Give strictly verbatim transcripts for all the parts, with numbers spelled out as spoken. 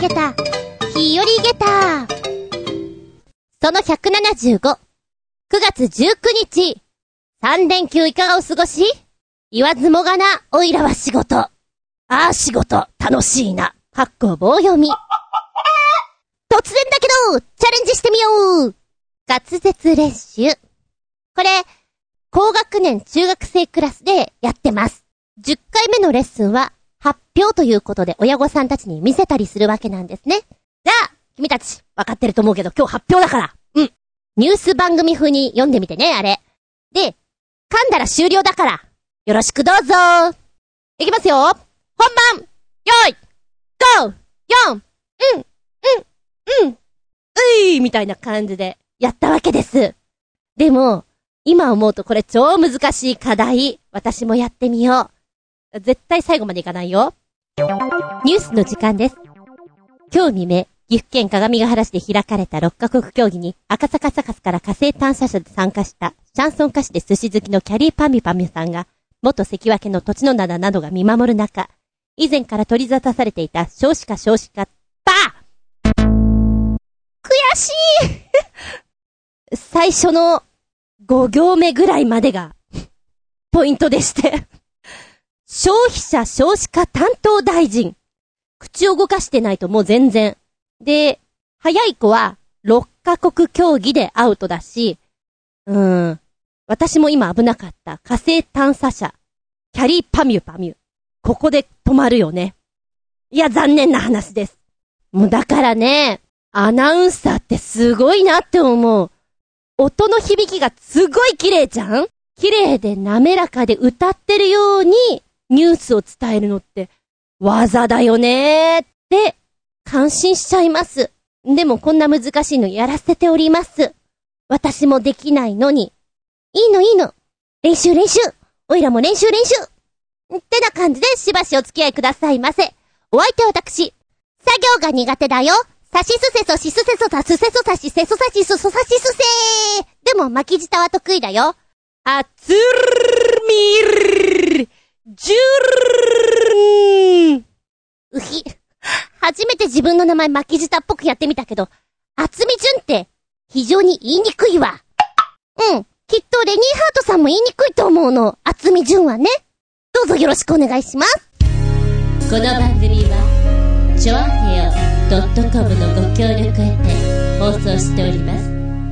げた、日和げた。そのひゃくななじゅうご、くがつじゅうくにち、さんれんきゅういかがお過ごし？言わずもがな、おいらは仕事。ああ、仕事、楽しいな。かっこ棒読み。突然だけど、チャレンジしてみよう。滑舌練習。これ、高学年中学生クラスでやってます。じゅっかいめのレッスンは、発表ということで親御さんたちに見せたりするわけなんですね。じゃあ、君たち、わかってると思うけど今日発表だから。うん。ニュース番組風に読んでみてね、あれ。で、噛んだら終了だから。よろしくどうぞ。いきますよ。本番。よい。ゴー。よん。うん。うん。うん。ういみたいな感じでやったわけです。でも、今思うとこれ超難しい課題。私もやってみよう。絶対最後までいかないよ。ニュースの時間です。今日未明、岐阜県各務原市で開かれたろっかこく競技に赤坂サカスから火星探査車で参加したシャンソン歌手で寿司好きのキャリーパミュパミュさんが元関脇の土地の灘などが見守る中、以前から取り沙汰されていた少子化少子化、バー！悔しい最初のご行目ぐらいまでがポイントでして消費者少子化担当大臣。口を動かしてないともう全然。で、早い子はろっかこく競技でアウトだし、うーん。私も今危なかった火星探査車。キャリーパミュパミュ。ここで止まるよね。いや、残念な話です。もうだからね、アナウンサーってすごいなって思う。音の響きがすごい綺麗じゃん？綺麗で滑らかで歌ってるようにニュースを伝えるのって技だよねーって感心しちゃいます。でもこんな難しいのやらせております。私もできないのに。いいのいいの。練習練習。おいらも練習練習。ってな感じでしばしお付き合いくださいませ。お相手は私。作業が苦手だよ。さしすせそしすせそたすせそさしせそさしすそさしすせー。でも巻き舌は得意だよ。あつるみるじゅーん。うひ。初めて自分の名前巻き舌っぽくやってみたけど、あつみじゅんって非常に言いにくいわ。うん。きっとレニーハートさんも言いにくいと思うの。あつみじゅんはね。どうぞよろしくお願いします。 この番組はチョアヘオ .com のご協力へて放送しております。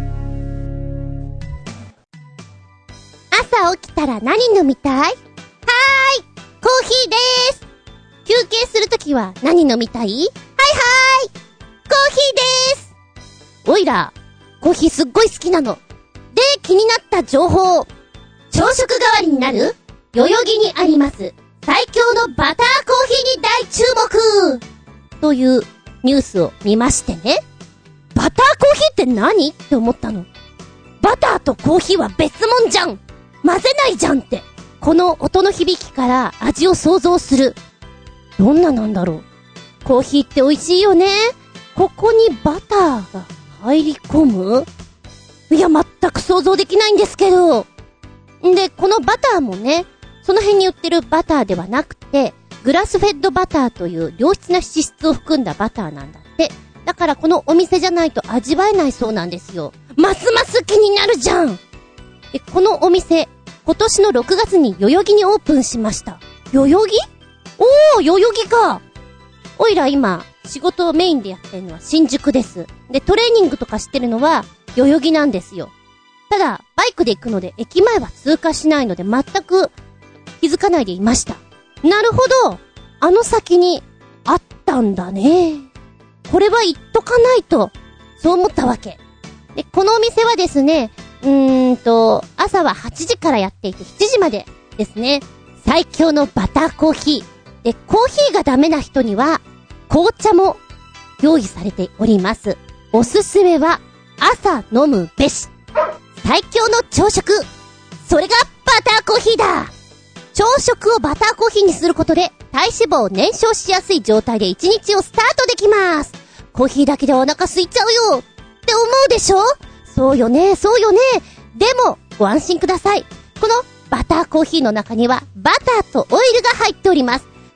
朝起きたら何飲みたい？はーい、コーヒーでーす。休憩するときは何飲みたい？はいはーい、コーヒーでーす。おいらコーヒーすっごい好きなので、気になった情報。朝食代わりになる代々木にあります最強のバターコーヒーに大注目というニュースを見ましてね。バターコーヒーって何って思ったの。バターとコーヒーは別もんじゃん。混ぜないじゃんって。この音の響きから味を想像する。どんななんだろう。コーヒーって美味しいよね。ここにバターが入り込む？いや、全く想像できないんですけど。で、このバターもね、その辺に売ってるバターではなくて、グラスフェッドバターという良質な脂質を含んだバターなんだって。だからこのお店じゃないと味わえないそうなんですよ。ますます気になるじゃん。で、このお店、今年のろくがつに代々木にオープンしました。代々木？おー、代々木か。おいら今、仕事をメインでやってるのは新宿です。で、トレーニングとかしてるのは代々木なんですよ。ただ、バイクで行くので駅前は通過しないので全く気づかないでいました。なるほど。あの先にあったんだね。これは言っとかないと、そう思ったわけ。で、このお店はですね、うーんと、朝ははちじからやっていてしちじまでですね。最強のバターコーヒー。で、コーヒーがダメな人には、紅茶も用意されております。おすすめは、朝飲むべし。最強の朝食。それがバターコーヒーだ。朝食をバターコーヒーにすることで、体脂肪を燃焼しやすい状態で一日をスタートできます。コーヒーだけでお腹空いちゃうよって思うでしょ？そうよね、そうよね。でも、ご安心ください。このバターコーヒーの中には、バターとオイルが入っております。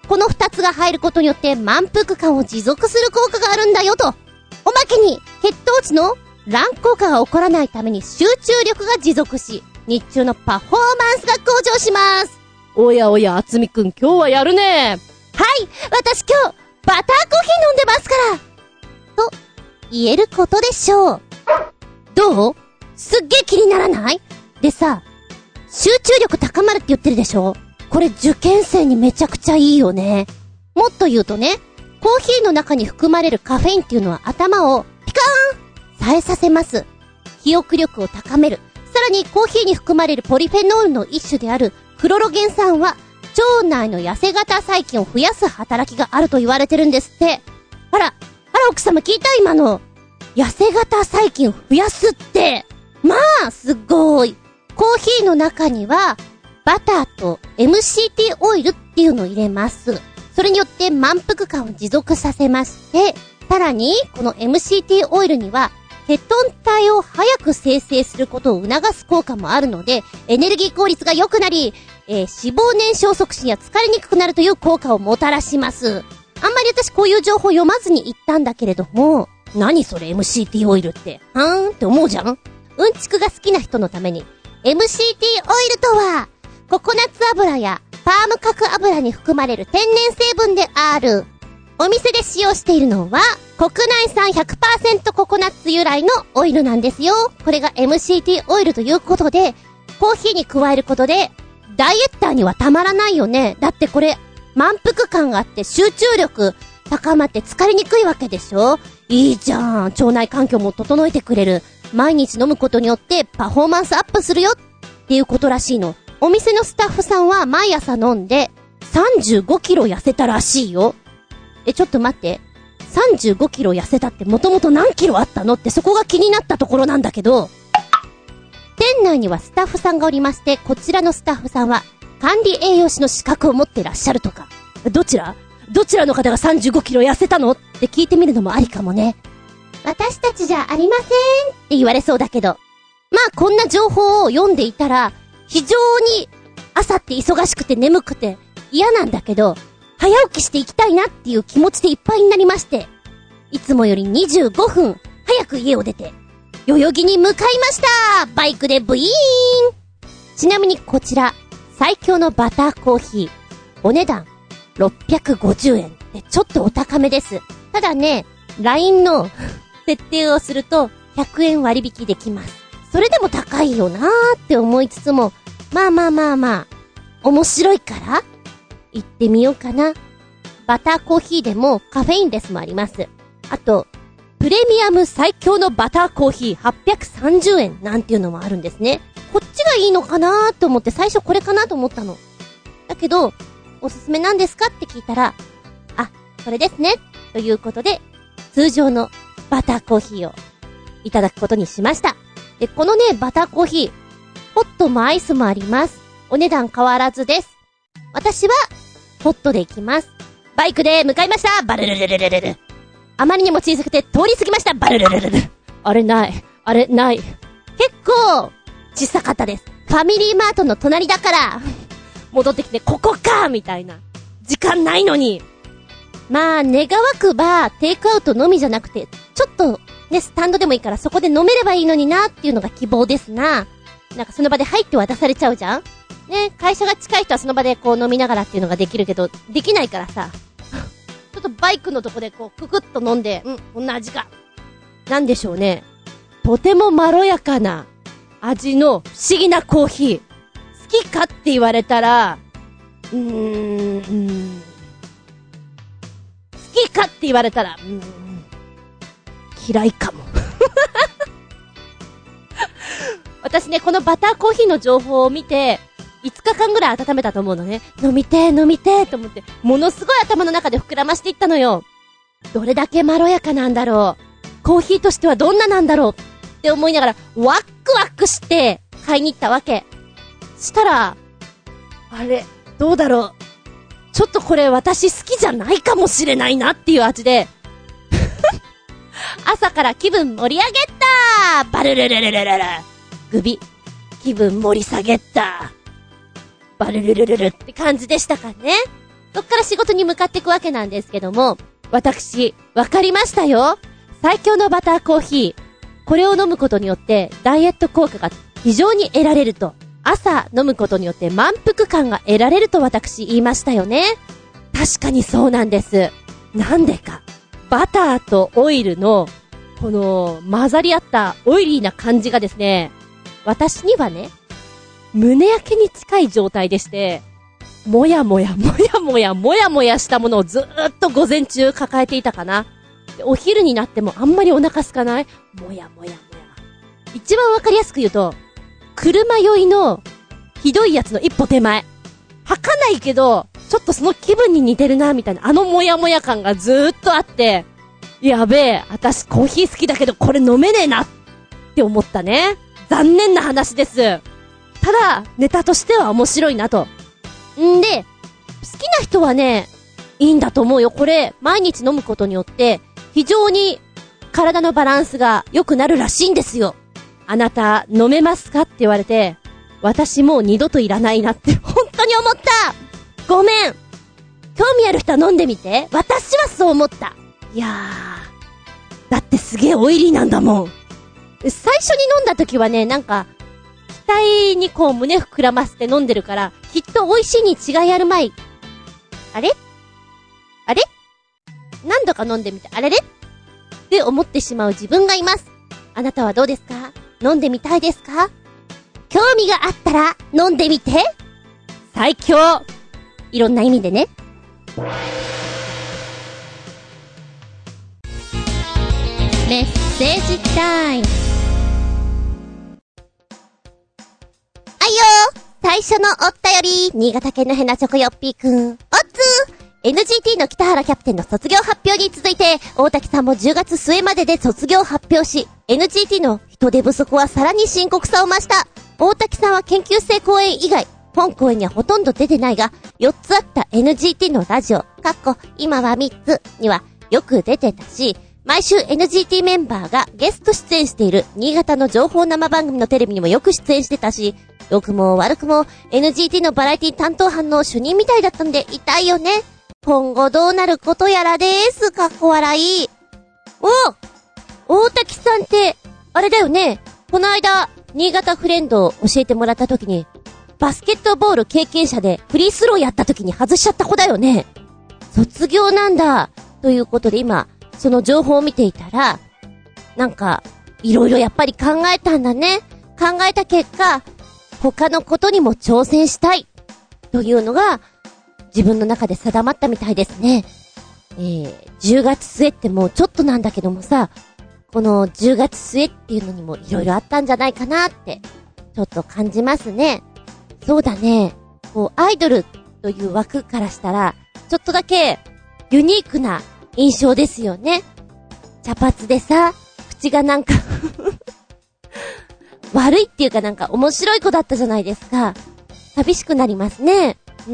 この二つが入ることによって満腹感を持続する効果があるんだよと。おまけに、血糖値の乱高下が起こらないために集中力が持続し、日中のパフォーマンスが向上します。おやおや、あつみくん今日はやるね。はい、私今日、バターコーヒー飲んでますから。と、言えることでしょう。どう？すっげー気にならない？でさ、集中力高まるって言ってるでしょ？これ受験生にめちゃくちゃいいよね。もっと言うとね、コーヒーの中に含まれるカフェインっていうのは頭をピカーン冴えさせます。記憶力を高める。さらにコーヒーに含まれるポリフェノールの一種であるクロロゲン酸は腸内の痩せ型細菌を増やす働きがあると言われてるんですって。あら、あら奥様聞いた今の。痩せ型細菌を増やすって。まあ、すごい。コーヒーの中にはバターと エムシーティー オイルっていうのを入れます。それによって満腹感を持続させまして、さらにこの エムシーティー オイルにはケトン体を早く生成することを促す効果もあるので、エネルギー効率が良くなり、えー、脂肪燃焼促進や疲れにくくなるという効果をもたらします。あんまり私こういう情報読まずに言ったんだけれども、何それ エムシーティー オイルって、はーんって思うじゃん。うんちくが好きな人のために、エムシーティー オイルとは、ココナッツ油やパーム角油に含まれる天然成分である。お店で使用しているのは、国内産 ひゃくパーセント ココナッツ由来のオイルなんですよ。これが エムシーティー オイルということで、コーヒーに加えることで、ダイエッターにはたまらないよね。だってこれ、満腹感があって集中力高まって疲れにくいわけでしょ。いいじゃん。腸内環境も整えてくれる。毎日飲むことによってパフォーマンスアップするよっていうことらしいの。お店のスタッフさんは毎朝飲んでさんじゅうごキロ痩せたらしいよ。え、ちょっと待って。さんじゅうごキロ痩せたってもともと何キロあったのってそこが気になったところなんだけど、店内にはスタッフさんがおりまして、こちらのスタッフさんは管理栄養士の資格を持ってらっしゃるとか。どちらどちらの方がさんじゅうごキロ痩せたのって聞いてみるのもありかもね。私たちじゃありませんって言われそうだけど、まあこんな情報を読んでいたら非常に朝って忙しくて眠くて嫌なんだけど、早起きしていきたいなっていう気持ちでいっぱいになりまして、いつもよりにじゅうごふん早く家を出て代々木に向かいました。バイクでブイーン。ちなみにこちら最強のバターコーヒー、お値段ろっぴゃくごじゅうえんでちょっとお高めです。ただね、ライン の設定をするとひゃくえん割引できます。それでも高いよなーって思いつつも、まあまあまあまあ面白いから行ってみようかな。バターコーヒーでもカフェインレスもあります。あとプレミアム最強のバターコーヒーはっぴゃくさんじゅうえんなんていうのもあるんですね。こっちがいいのかなーと思って最初これかなと思ったの。だけどおすすめなんですかって聞いたら、あ、これですねということで通常のバターコーヒーをいただくことにしました。で、このねバターコーヒーホットもアイスもあります。お値段変わらずです。私はホットで行きます。バイクで向かいました。バルルルルルルル。あまりにも小さくて通り過ぎました。バルルルルルル。あれないあれない。結構小さかったです。ファミリーマートの隣だから戻ってきてここかみたいな。時間ないのに。まあ願わくばテイクアウトのみじゃなくてちょっとねスタンドでもいいからそこで飲めればいいのになっていうのが希望ですな。なんかその場で入って渡されちゃうじゃんね。会社が近い人はその場でこう飲みながらっていうのができるけどできないからさちょっとバイクのとこでこうククッと飲んで、うん、こんな味かなんでしょうね。とてもまろやかな味の不思議なコーヒー。好きかって言われたらうーん、うーん好きかって言われたらうーん嫌いかも私ねこのバターコーヒーの情報を見ていつかかんぐらい温めたと思うのね。飲みてー飲みてーと思ってものすごい頭の中で膨らましていったのよ。どれだけまろやかなんだろう、コーヒーとしてはどんななんだろうって思いながらワックワクして買いに行ったわけ。したらあれどうだろう、ちょっとこれ私好きじゃないかもしれないなっていう味で朝から気分盛り上げたバルルルルルルルグビ気分盛り下げたバルルルルルって感じでしたかね。 そっから仕事に向かっていくわけなんですけども、私、わかりましたよ。最強のバターコーヒー。これを飲むことによって、ダイエット効果が非常に得られると。朝飲むことによって満腹感が得られると私言いましたよね。確かにそうなんです。なんでか。バターとオイルの、この混ざり合ったオイリーな感じがですね、私にはね、胸焼けに近い状態でして、もやもやもやもやもやもやしたものをずーっと午前中抱えていたかな。お昼になってもあんまりお腹空かない。もやもやもや。一番わかりやすく言うと、車酔いのひどいやつの一歩手前。吐かないけど、ちょっとその気分に似てるな、みたいな。あのもやもや感がずーっとあって、やべえ、私コーヒー好きだけどこれ飲めねえなって思ったね。残念な話です。ただ、ネタとしては面白いなと。んで、好きな人はね、いいんだと思うよ。これ、毎日飲むことによって、非常に体のバランスが良くなるらしいんですよ。あなた、飲めますかって言われて、私もう二度といらないなって、本当に思った。ごめん。興味ある人は飲んでみて。私はそう思った。いやー。だってすげえオイリーなんだもん。最初に飲んだ時はね、なんか、期待にこう胸膨らませて飲んでるから、きっと美味しいに違いあるまい。あれあれ何度か飲んでみて、あれれって思ってしまう自分がいます。あなたはどうですか？飲んでみたいですか？興味があったら飲んでみて。最強。いろんな意味でね。 メッセージタイム。 あいよー、最初のおったより、新潟県のヘナチョコヨッピーくん。おっつー エヌジーティー の北原キャプテンの卒業発表に続いて、大滝さんもじゅうがつ末までで卒業発表し、エヌジーティー の人手不足はさらに深刻さを増した。大滝さんは研究生公演以外、本公演にはほとんど出てないが、よっつあった エヌジーティー のラジオ、かっこ今はみっつにはよく出てたし、毎週 エヌジーティー メンバーがゲスト出演している新潟の情報生番組のテレビにもよく出演してたし、良くも悪くも エヌジーティー のバラエティ担当班の主任みたいだったんで痛いよね。今後どうなることやらでーす。かっこ笑い。お大滝さんって、あれだよね。この間、新潟フレンドを教えてもらった時に、バスケットボール経験者でフリースローやった時に外しちゃった子だよね。卒業なんだ。ということで今、その情報を見ていたら、なんか、いろいろやっぱり考えたんだね。考えた結果、他のことにも挑戦したい。というのが、自分の中で定まったみたいですね。えー、じゅうがつ末ってもうちょっとなんだけどもさ、このじゅうがつ末っていうのにもいろいろあったんじゃないかなって、ちょっと感じますね。そうだね。こう、アイドルという枠からしたら、ちょっとだけユニークな印象ですよね。茶髪でさ、口がなんか悪いっていうかなんか面白い子だったじゃないですか。寂しくなりますね。うん。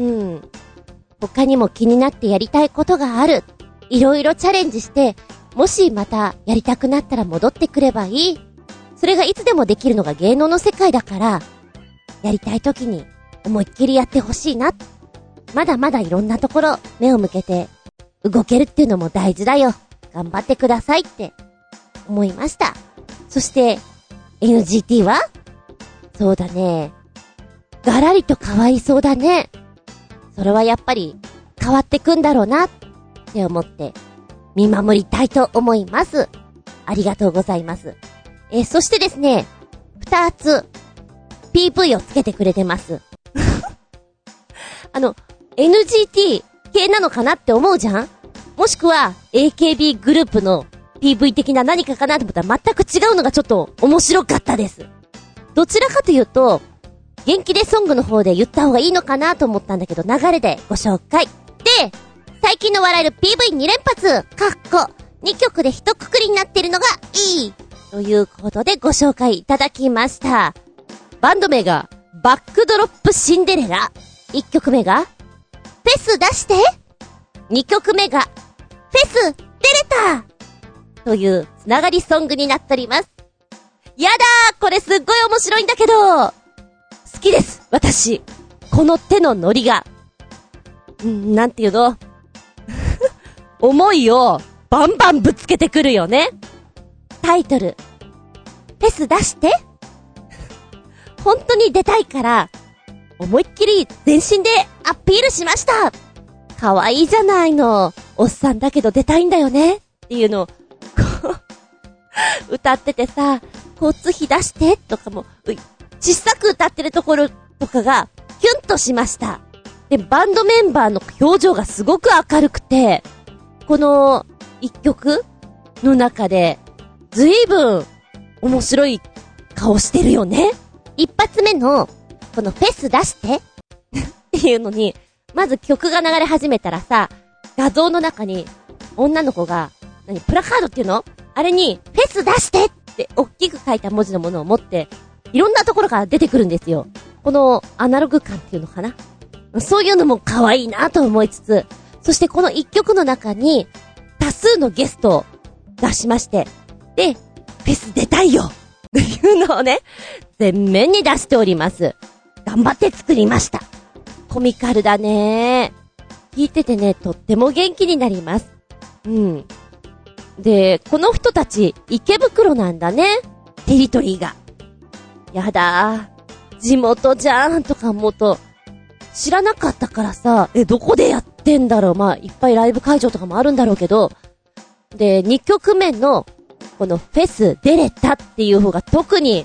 他にも気になってやりたいことがある。いろいろチャレンジして、もしまたやりたくなったら戻ってくればいい。それがいつでもできるのが芸能の世界だから、やりたい時に思いっきりやってほしいな。まだまだいろんなところ目を向けて動けるっていうのも大事だよ。頑張ってくださいって思いました。そして エヌジーティー はそうだね。ガラリと可愛いそうだね。それはやっぱり変わってくんだろうなって思って見守りたいと思います。ありがとうございます。えー、そしてですね、二つ ピーブイ をつけてくれてます。あの エヌジーティー 系なのかなって思うじゃん。もしくは エーケービー グループの ピーブイ 的な何かかなと思ったら全く違うのがちょっと面白かったです。どちらかというと元気でソングの方で言った方がいいのかなと思ったんだけど、流れでご紹介。で、最近の笑える ピーブイに 連発、かっこにきょくで一括りになってるのがいいということでご紹介いただきました。バンド名がバックドロップシンデレラ、いっきょくめがフェス出して、にきょくめがフェス出れたというつながりソングになっております。やだー、これすっごい面白いんだけど好きです。私この手のノリがうん、なんていうの思いをバンバンぶつけてくるよね。タイトル。フェス出して本当に出たいから、思いっきり全身でアピールしました。可愛いじゃないの。おっさんだけど出たいんだよね。っていうのを、こう、歌っててさ、交通費出してとかも、小さく歌ってるところとかが、キュンとしました。で、バンドメンバーの表情がすごく明るくて、この一曲の中で、ずいぶん面白い顔してるよね。一発目の、このフェス出してっていうのに、まず曲が流れ始めたらさ、画像の中に女の子が、何、プラカードっていうの？あれに、フェス出してって大きく書いた文字のものを持って、いろんなところから出てくるんですよ。このアナログ感っていうのかな？そういうのも可愛いなと思いつつ、そしてこの一曲の中に、多数のゲストを出しまして、で、フェス出たいよっていうのをね、全面に出しております。頑張って作りました。コミカルだね。聞いててね、とっても元気になります。うん。で、この人たち、池袋なんだね。テリトリーが。やだー。地元じゃんとか思うと、知らなかったからさ、え、どこでやってんだろう。まあ、いっぱいライブ会場とかもあるんだろうけど、で、にきょくめの、このフェス出れたっていう方が特に、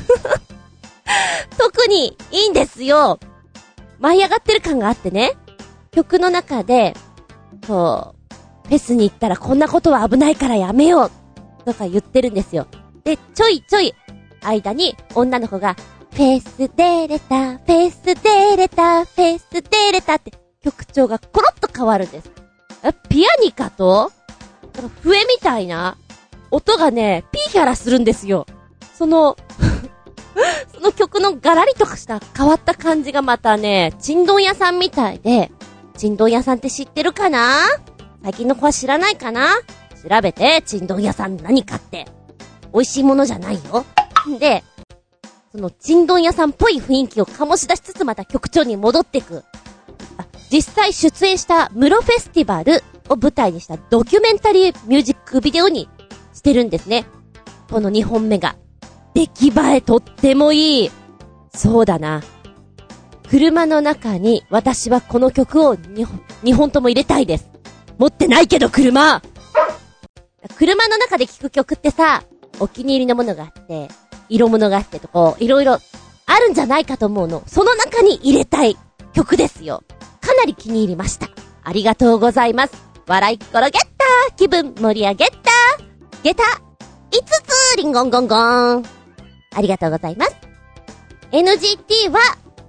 特にいいんですよ。舞い上がってる感があってね。曲の中で、こう、フェスに行ったらこんなことは危ないからやめようとか言ってるんですよ。で、ちょいちょい間に女の子が、フェス出れた、フェス出れた、フェス出れたって曲調がコロッと変わるんです。ピアニカと、笛みたいな音がね、ピーヒャラするんですよ。その、その曲のガラリとかした変わった感じがまたね、チンドン屋さんみたいで、チンドン屋さんって知ってるかな？最近の子は知らないかな？調べて、チンドン屋さん何かって。美味しいものじゃないよ。で、そのチンドン屋さんっぽい雰囲気を醸し出しつつまた曲調に戻ってく。あ、実際出演したムロフェスティバルを舞台にしたドキュメンタリーミュージックビデオにしてるんですね。このにほんめが。出来栄えとってもいい。そうだな。車の中に私はこの曲をにほんとも入れたいです。持ってないけど車車の中で聴く曲ってさ、お気に入りのものがあって、色物があってとこう、いろいろあるんじゃないかと思うの。その中に入れたい曲ですよ。かなり気に入りました。ありがとうございます。笑いっころゲッター、気分盛り上げたー、ゲタいつつリンゴンゴンゴーン。ありがとうございます。エヌジーティー は、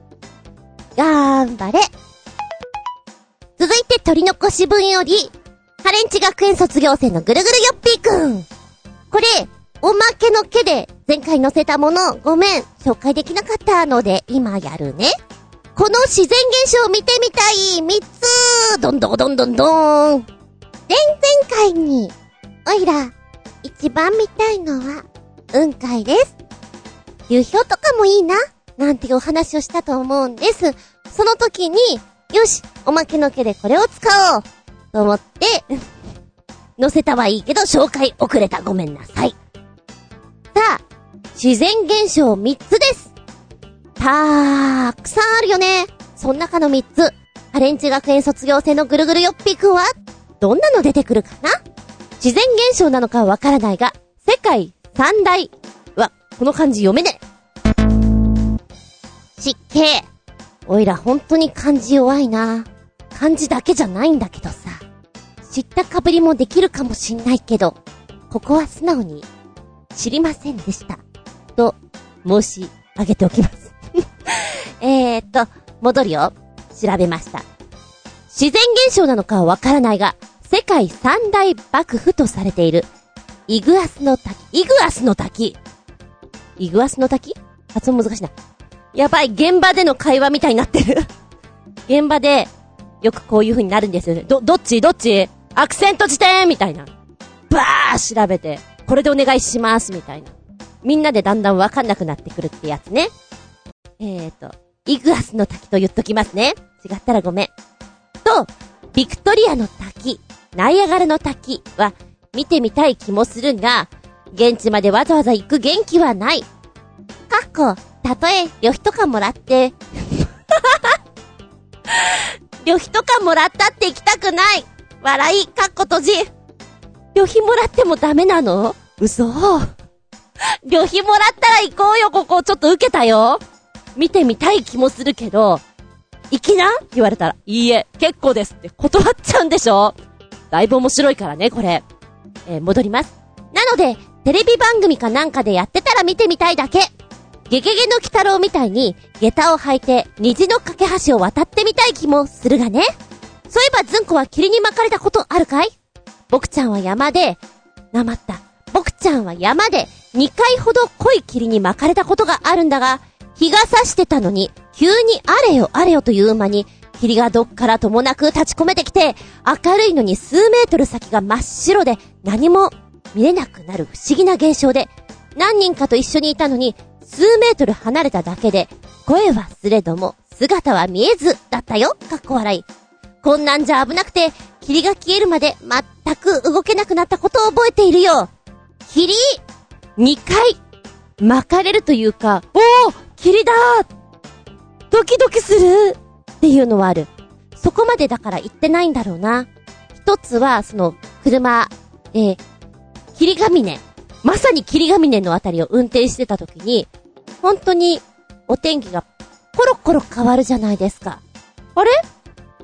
頑張れ。続いて取り残し分より、ハレンチ学園卒業生のぐるぐるよっぴーくん。これ、おまけの毛で前回載せたもの、ごめん、紹介できなかったので、今やるね。この自然現象を見てみたいみっつ、どんどんどんどんどーん。前々回に、おいら、一番見たいのは、雲海です。流氷とかもいいな、なんていうお話をしたと思うんです。その時に、よし、おまけの毛でこれを使おうと思って、載せたはいいけど紹介遅れた。ごめんなさい。さあ、自然現象みっつです。たーくさんあるよね。その中のみっつ。ハレンチ学園卒業生のぐるぐるよっぴーくんは、どんなの出てくるかな？自然現象なのかはわからないが、世界三大。わ、この漢字読めねえ。失敬。おいらほんとに漢字弱いな。漢字だけじゃないんだけどさ。知ったかぶりもできるかもしんないけど、ここは素直に、知りませんでした。と、申し上げておきます。えーっと、戻るよ。調べました。自然現象なのかはわからないが、世界三大瀑布とされている、イグアスの滝。イグアスの滝。イグアスの滝？発音難しいな。やばい、現場での会話みたいになってる。現場で、よくこういう風になるんですよね。ど、どっちどっちアクセント辞典みたいな。バー調べて、これでお願いしますみたいな。みんなでだんだんわかんなくなってくるってやつね。えーと、イグアスの滝と言っときますね。違ったらごめん。と、 ビクトリアの滝、ナイアガラの滝は見てみたい気もするが、現地までわざわざ行く元気はない。かっこ、たとえ旅費とかもらって、旅費とかもらったって行きたくない。笑い、かっこ閉じ。旅費もらってもダメなの？嘘。旅費もらったら行こうよ、ここ。ちょっと受けたよ。見てみたい気もするけど、行きなって言われたら、いいえ、結構ですって断っちゃうんでしょ。だいぶ面白いからね、これ。えー、戻ります。なので、テレビ番組かなんかでやってたら見てみたいだけ。ゲゲゲの鬼太郎みたいに、下駄を履いて、虹の架け橋を渡ってみたい気もするがね。そういえばズンコは霧に巻かれたことあるかい？僕ちゃんは山で、なまった。僕ちゃんは山で、にかいほど濃い霧に巻かれたことがあるんだが、日が差してたのに、急にあれよあれよという間に、霧がどっからともなく立ち込めてきて、明るいのに数メートル先が真っ白で、何も見れなくなる不思議な現象で、何人かと一緒にいたのに、数メートル離れただけで、声はすれども、姿は見えず、だったよ、かっこ笑い。こんなんじゃ危なくて、霧が消えるまで全く動けなくなったことを覚えているよ。霧にかい巻かれるというか、おー霧だードキドキするっていうのはある。そこまでだから行ってないんだろうな。一つは、その、車、えー、霧ヶ峰。まさに霧ヶ峰のあたりを運転してた時に、本当にお天気がコロコロ変わるじゃないですか。あれあれ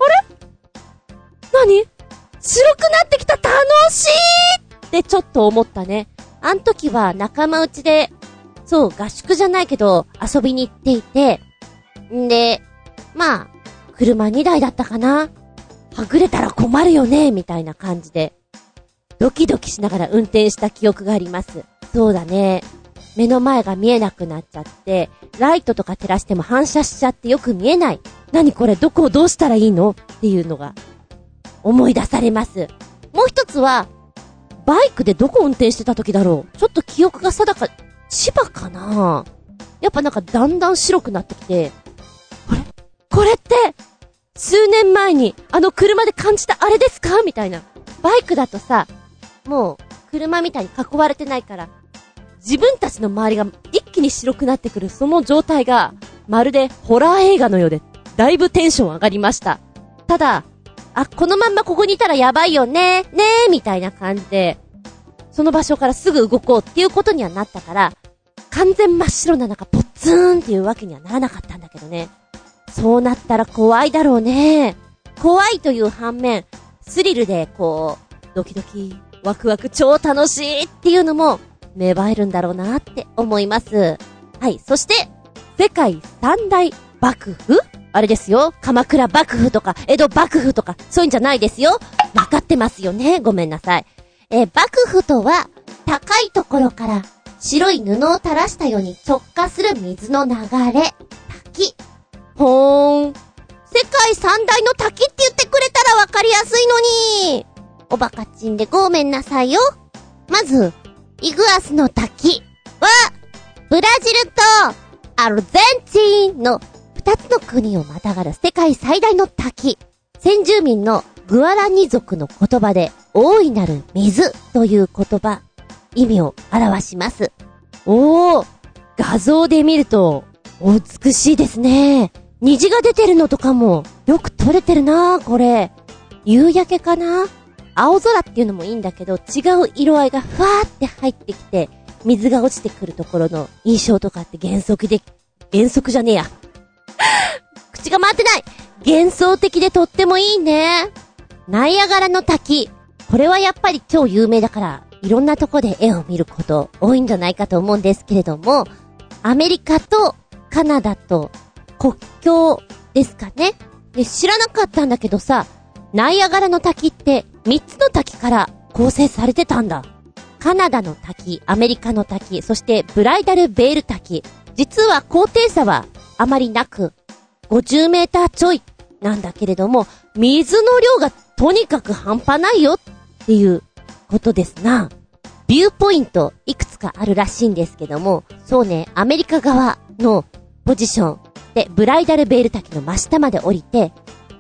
何白くなってきた、楽しいってちょっと思ったね。あん時は仲間内で、そう、合宿じゃないけど遊びに行っていて、んで、まあ、車にだいだったかな。はぐれたら困るよね、みたいな感じで、ドキドキしながら運転した記憶があります。そうだね。目の前が見えなくなっちゃって、ライトとか照らしても反射しちゃってよく見えない。何これ、どこをどうしたらいいのっていうのが思い出されます。もう一つは、バイクでどこ運転してた時だろう。ちょっと記憶が定か、千葉かな。やっぱなんかだんだん白くなってきて、あれこれって、数年前にあの車で感じたあれですかみたいな。バイクだとさ、もう車みたいに囲われてないから、自分たちの周りが一気に白くなってくるその状態がまるでホラー映画のようで、だいぶテンション上がりました。ただ、あ、このまんまここにいたらやばいよね、ねーみたいな感じで、その場所からすぐ動こうっていうことにはなったから、完全真っ白な中ポツーンっていうわけにはならなかったんだけどね。そうなったら怖いだろうね。怖いという反面、スリルでこう、ドキドキ、ワクワク超楽しいっていうのも芽生えるんだろうなって思います。はい、そして、世界三大幕府？あれですよ。鎌倉幕府とか、江戸幕府とか、そういうんじゃないですよ。わかってますよね。ごめんなさい。えー、幕府とは、高いところから白い布を垂らしたように直下する水の流れ、滝。ほーん。世界三大の滝って言ってくれたらわかりやすいのに。おバカチンでごめんなさいよ。まず、イグアスの滝は、ブラジルとアルゼンチンの二つの国をまたがる世界最大の滝。先住民のグアラニ族の言葉で、大いなる水という言葉、意味を表します。おー、画像で見ると、美しいですね。虹が出てるのとかも、よく撮れてるなー、これ。夕焼けかな？青空っていうのもいいんだけど、違う色合いがふわーって入ってきて、水が落ちてくるところの印象とかって原則で、原則じゃねえや。口が回ってない。幻想的でとってもいいね。ナイアガラの滝。これはやっぱり超有名だから、いろんなとこで絵を見ること多いんじゃないかと思うんですけれども、アメリカとカナダと国境ですかね。で、知らなかったんだけどさ、ナイアガラの滝ってみっつの滝から構成されてたんだ。カナダの滝、アメリカの滝、そしてブライダルベール滝。実は高低差はあまりなく、ごじゅうメーターちょいなんだけれども、水の量がとにかく半端ないよっていうことですな。ビューポイントいくつかあるらしいんですけども、そうね、アメリカ側のポジションでブライダルベール滝の真下まで降りて、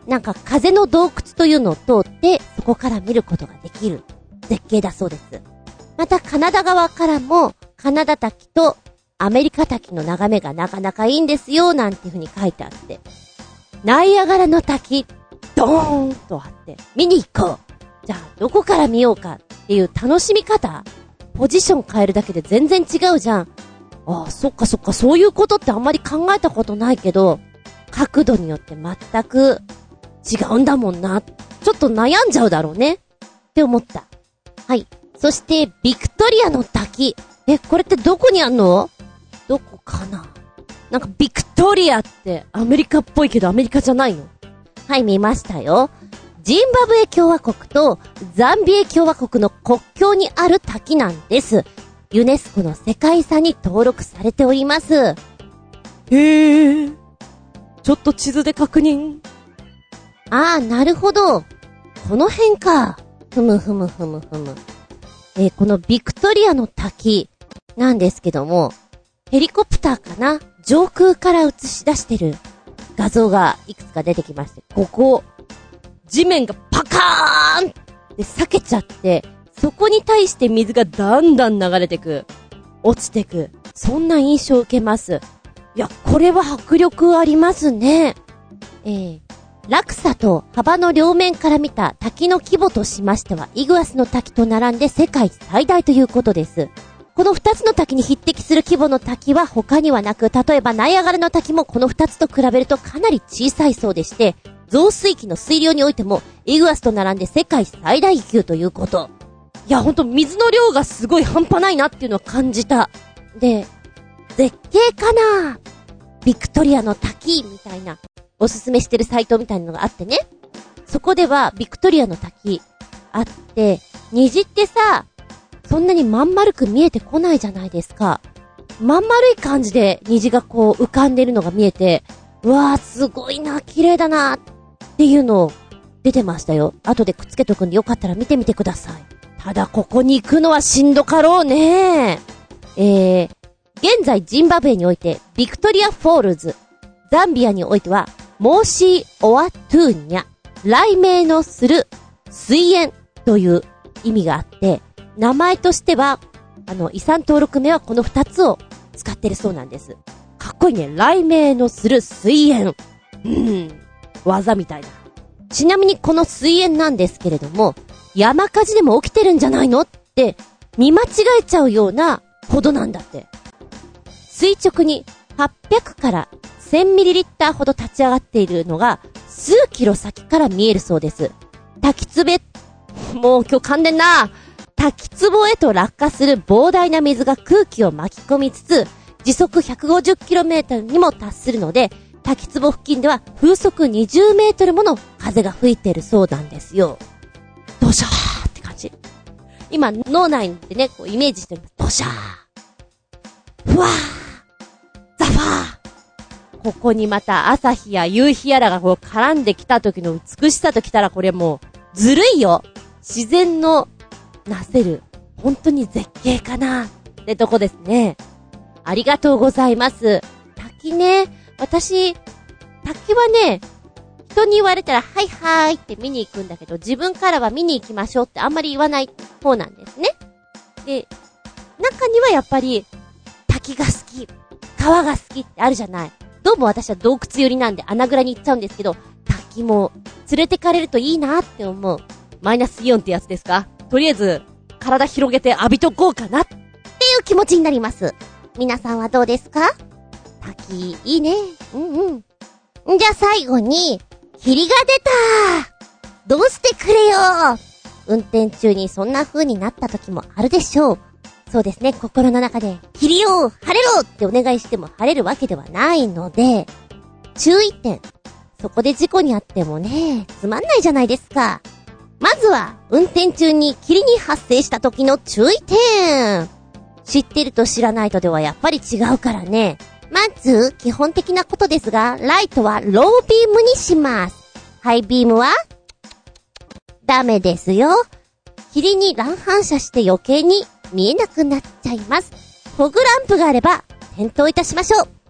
なんか風の洞窟というのを通って、そこから見ることができる絶景だそうです。またカナダ側からも、カナダ滝とアメリカ滝の眺めがなかなかいいんですよ、なんていう風に書いてあって。ナイアガラの滝、ドーンとあって、見に行こう。じゃあ、どこから見ようかっていう楽しみ方、ポジション変えるだけで全然違うじゃん。ああ、そっかそっか、そういうことってあんまり考えたことないけど、角度によって全く違うんだもんな。ちょっと悩んじゃうだろうね。って思った。はい。そして、ビクトリアの滝。え、これってどこにあんの？どこかな？なんかビクトリアってアメリカっぽいけどアメリカじゃないの？はい、見ましたよ。ジンバブエ共和国とザンビエ共和国の国境にある滝なんです。ユネスコの世界遺産に登録されております。へー。ちょっと地図で確認。あー、なるほど。この辺か。ふむふむふむふむ。えー、このビクトリアの滝なんですけども、ヘリコプターかな？上空から映し出してる画像がいくつか出てきまして、ここ、地面がパカーンって裂けちゃって、そこに対して水がだんだん流れてく。落ちてく。そんな印象を受けます。いや、これは迫力ありますね。えー、落差と幅の両面から見た滝の規模としましては、イグアスの滝と並んで世界最大ということです。この二つの滝に匹敵する規模の滝は他にはなく、例えばナイアガラの滝もこの二つと比べるとかなり小さいそうでして、増水期の水量においてもイグアスと並んで世界最大級ということ。いや、ほんと水の量がすごい半端ないなっていうのを感じた。で、絶景かな？ビクトリアの滝みたいなおすすめしてるサイトみたいなのがあってね。そこではビクトリアの滝あって、虹ってさ、そんなにまん丸く見えてこないじゃないですか。まん丸い感じで虹がこう浮かんでるのが見えて、うわーすごいな、綺麗だなっていうの出てましたよ。後でくっつけとくんでよかったら見てみてください。ただここに行くのはしんどかろうね。えー、現在ジンバブエにおいてビクトリアフォールズ、ザンビアにおいてはモーシー・オアトゥーニャ、雷鳴のする水煙という意味があって、名前としてはあの遺産登録名はこの二つを使ってるそうなんです。かっこいいね。雷鳴のする水煙。うん、技みたいな。ちなみにこの水煙なんですけれども、山火事でも起きてるんじゃないのって見間違えちゃうようなほどなんだって。垂直にはっぴゃくからせんミリリッターほど立ち上がっているのが数キロ先から見えるそうです。滝つべ、もう今日噛んでんな。滝壺へと落下する膨大な水が空気を巻き込みつつ、時速 ひゃくごじゅっキロメートル にも達するので、滝壺付近では風速にじゅうメートルもの風が吹いているそうなんですよ。ドシャーって感じ。今脳内でね、こうイメージしてる。ドシャー、ふわー、ザファー。ここにまた朝日や夕日やらがこう絡んできた時の美しさときたら、これもうずるいよ。自然のなせる本当に絶景かなってとこですね。ありがとうございます。滝ね、私滝はね、人に言われたらはいはーいって見に行くんだけど、自分からは見に行きましょうってあんまり言わない方なんですね。で、中にはやっぱり滝が好き、川が好きってあるじゃない。どうも私は洞窟寄りなんで穴蔵に行っちゃうんですけど、滝も連れてかれるといいなって思う。マイナスイオンってやつですか。とりあえず体広げて浴びとこうかなっていう気持ちになります。皆さんはどうですか？滝いいね。うんうん。じゃあ最後に霧が出た。どうしてくれよ。運転中にそんな風になった時もあるでしょう。そうですね、心の中で霧よ晴れろってお願いしても晴れるわけではないので、注意点。そこで事故にあってもね、つまんないじゃないですか。まずは運転中に霧に発生した時の注意点。知ってると知らないとではやっぱり違うからね。まず基本的なことですが、ライトはロービームにします。ハイビームはダメですよ。霧に乱反射して余計に見えなくなっちゃいます。フォグランプがあれば点灯いたしましょう。フ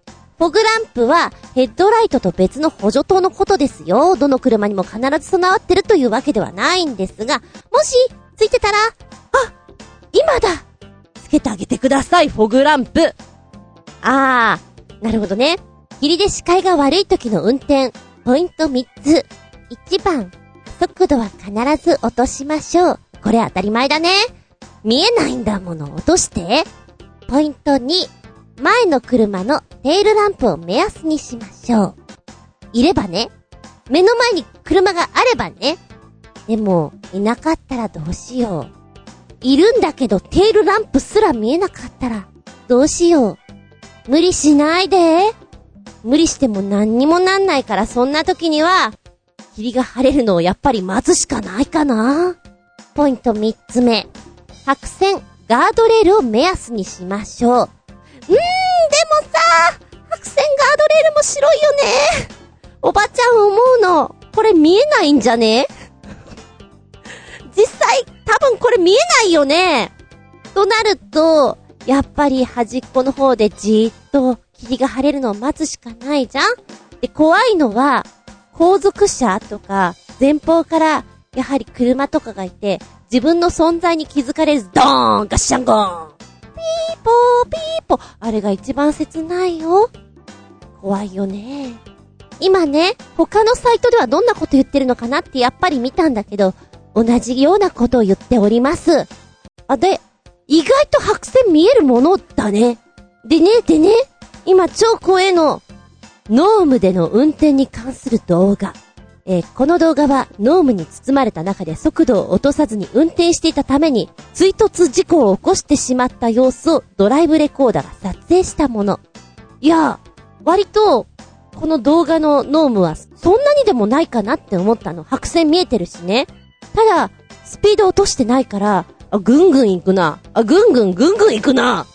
フォグランプはヘッドライトと別の補助灯のことですよ。どの車にも必ず備わってるというわけではないんですが、もしついてたら、あ、今だ、つけてあげてください、フォグランプ。あー、なるほどね。霧で視界が悪い時の運転、ポイントみっつ。いちばん、速度は必ず落としましょう。これ当たり前だね。見えないんだもの、落として。ポイントに、前の車のテールランプを目安にしましょう。いればね。目の前に車があればね。でも、いなかったらどうしよう。いるんだけどテールランプすら見えなかったらどうしよう。無理しないで。無理しても何にもなんないから、そんな時には霧が晴れるのをやっぱり待つしかないかな。ポイントみっつめ、白線ガードレールを目安にしましょう。うーん、でもさ、白線ガードレールも白いよね。おばちゃん思うの、これ見えないんじゃね？実際多分これ見えないよね。となるとやっぱり端っこの方でじーっと霧が晴れるのを待つしかないじゃん。で、怖いのは後続車とか前方からやはり車とかがいて、自分の存在に気づかれずドーンガッシャンゴーンピーポーピーポー、あれが一番切ないよ。怖いよね。今ね、他のサイトではどんなこと言ってるのかなってやっぱり見たんだけど、同じようなことを言っております。あ、で、意外と白線見えるものだね。でね、でね、今超怖えの、ノームでの運転に関する動画。えー、この動画はノームに包まれた中で速度を落とさずに運転していたために追突事故を起こしてしまった様子をドライブレコーダーが撮影したもの。いや、割とこの動画のノームはそんなにでもないかなって思ったの。白線見えてるしね。ただスピード落としてないから、あ、ぐんぐん行くな、あ、ぐんぐんぐんぐん行くな、あ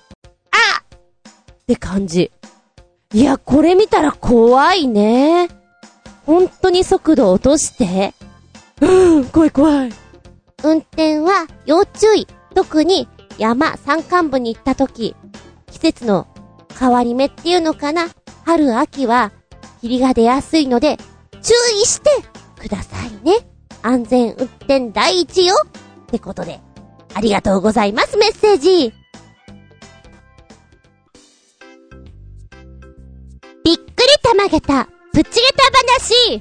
って感じ。いや、これ見たら怖いね。本当に速度を落として、うん、怖い怖い。運転は要注意。特に山山間部に行った時、季節の変わり目っていうのかな、春秋は霧が出やすいので注意してくださいね。安全運転第一よってことで、ありがとうございます。メッセージ。びっくりたまげたプチゲタ話さんぜんえん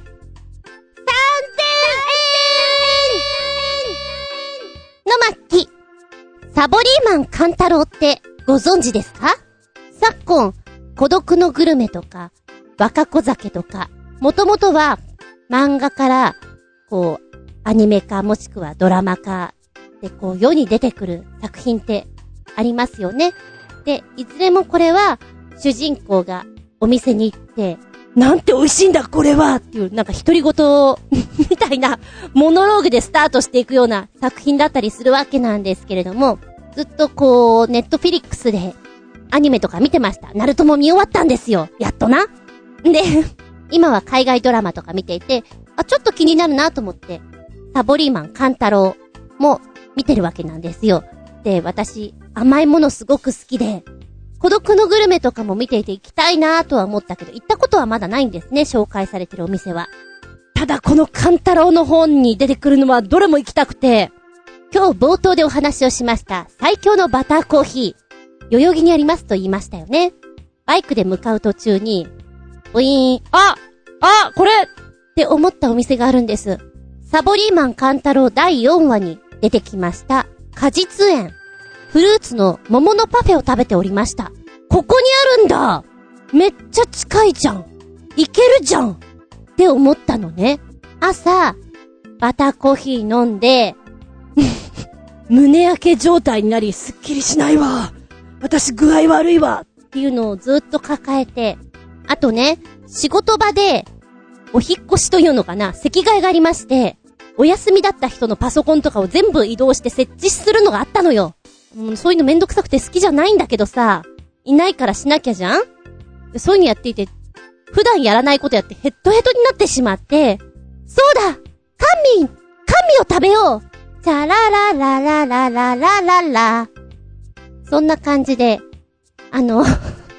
の巻。サボリーマンカン太郎ってご存知ですか？昨今孤独のグルメとか若子酒とか、もともとは漫画からこうアニメ化もしくはドラマ化でこう世に出てくる作品ってありますよね。で、いずれもこれは主人公がお店に行って、なんて美味しいんだこれはっていうなんか独り言みたいなモノローグでスタートしていくような作品だったりするわけなんですけれども、ずっとこうネットフィリックスでアニメとか見てました。ナルトも見終わったんですよ、やっとな。で、今は海外ドラマとか見ていて、あ、ちょっと気になるなと思ってサボリーマンカン太郎も見てるわけなんですよ。で、私甘いものすごく好きで、孤独のグルメとかも見ていて行きたいなぁとは思ったけど、行ったことはまだないんですね、紹介されてるお店は。ただこのカン太郎の本に出てくるのはどれも行きたくて、今日冒頭でお話をしました最強のバターコーヒー、代々木にありますと言いましたよね。バイクで向かう途中にウィーン、ああこれって思ったお店があるんです。サボリーマンカン太郎だいよんわに出てきました果実園、フルーツの桃のパフェを食べておりました。ここにあるんだ、めっちゃ近いじゃん、いけるじゃんって思ったのね。朝バターコーヒー飲んで胸焼け状態になり、すっきりしないわ、私具合悪いわっていうのをずっと抱えて、あとね、仕事場でお引っ越しというのかな、席替えがありまして、お休みだった人のパソコンとかを全部移動して設置するのがあったのよ。うん、そういうのめんどくさくて好きじゃないんだけどさ、いないからしなきゃじゃん。そういうのやっていて、普段やらないことやってヘッドヘッドになってしまって、そうだ、甘味甘味を食べよう、チャラララララララララ、そんな感じであの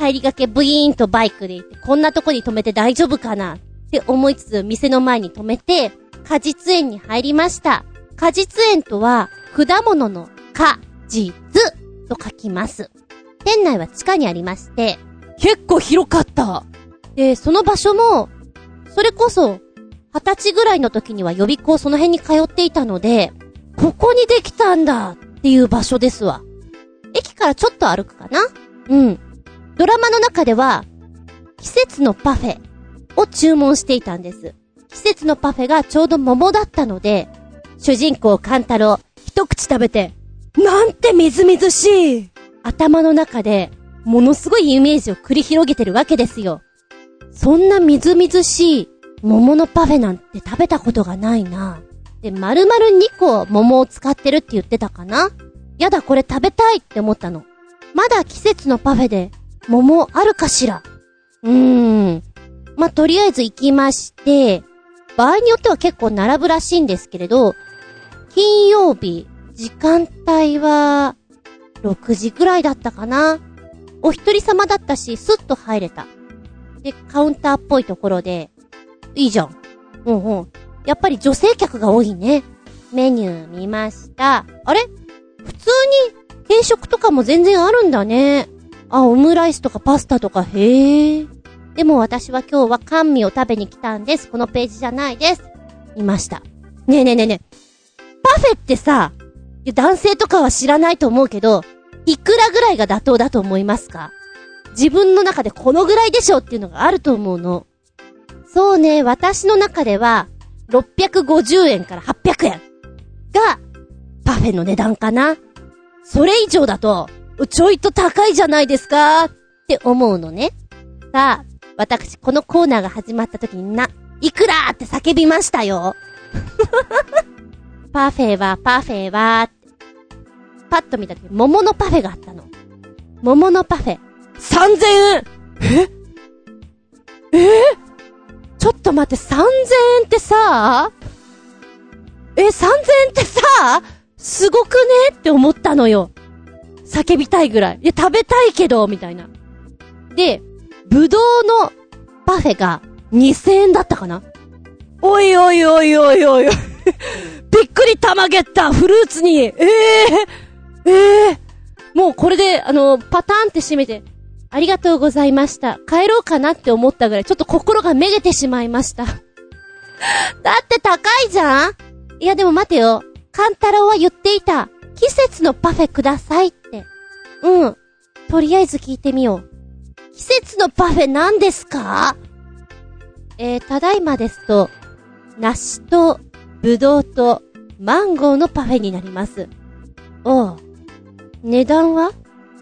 帰りがけブイーンとバイクで行って、こんなとこに止めて大丈夫かなって思いつつ、店の前に止めて、果実園に入りました。果実園とは、果物の果実と書きます。店内は地下にありまして、結構広かった。で、その場所も、それこそ、二十歳ぐらいの時には予備校その辺に通っていたので、ここにできたんだっていう場所ですわ。駅からちょっと歩くかな？うん。ドラマの中では、季節のパフェを注文していたんです。季節のパフェがちょうど桃だったので、主人公カンタロウ、一口食べて、なんてみずみずしい！頭の中で、ものすごいイメージを繰り広げてるわけですよ。そんなみずみずしい桃のパフェなんて食べたことがないな。で、丸々にこ桃を使ってるって言ってたかな？やだ、これ食べたいって思ったの。まだ季節のパフェで桃あるかしら？うーん。まあ、とりあえず行きまして、場合によっては結構並ぶらしいんですけれど、金曜日、時間帯は、ろくじぐらいだったかな。お一人様だったし、スッと入れた。で、カウンターっぽいところで、いいじゃん。うんうん。やっぱり女性客が多いね。メニュー見ました。あれ？普通に定食とかも全然あるんだね。あ、オムライスとかパスタとか、へえ。でも私は今日は甘味を食べに来たんです。このページじゃないです。見ました。ねえねえねえねえ。パフェってさ、男性とかは知らないと思うけど、いくらぐらいが妥当だと思いますか？自分の中でこのぐらいでしょっていうのがあると思うの。そうね、私の中では、ろっぴゃくごじゅうえんからはっぴゃくえんが、パフェの値段かな。それ以上だと、ちょいと高いじゃないですかって思うのね。さあ、私このコーナーが始まった時にな、いくらーって叫びましたよ。パフェはパフェはってパッと見た時、桃のパフェがあったの。桃のパフェさんぜんえん。ええー、ちょっと待って、さんぜんえんってさ、え、さんぜんえんってさ、すごくねって思ったのよ。叫びたいぐらい。いや、食べたいけどみたいな。で、ぶどうのパフェがにせんえんだったかな。おいおいおいおいおいびっくりたまげった、フルーツに。ええー、ええー、もうこれであのパターンって閉めて、ありがとうございました、帰ろうかなって思ったぐらい、ちょっと心がめげてしまいました。だって高いじゃん。いやでも待てよ、カンタロウは言っていた、季節のパフェくださいって。うん、とりあえず聞いてみよう。季節のパフェ何ですか？えー、ただいまですと、梨とぶどうとマンゴーのパフェになります。おう。値段は？はぁ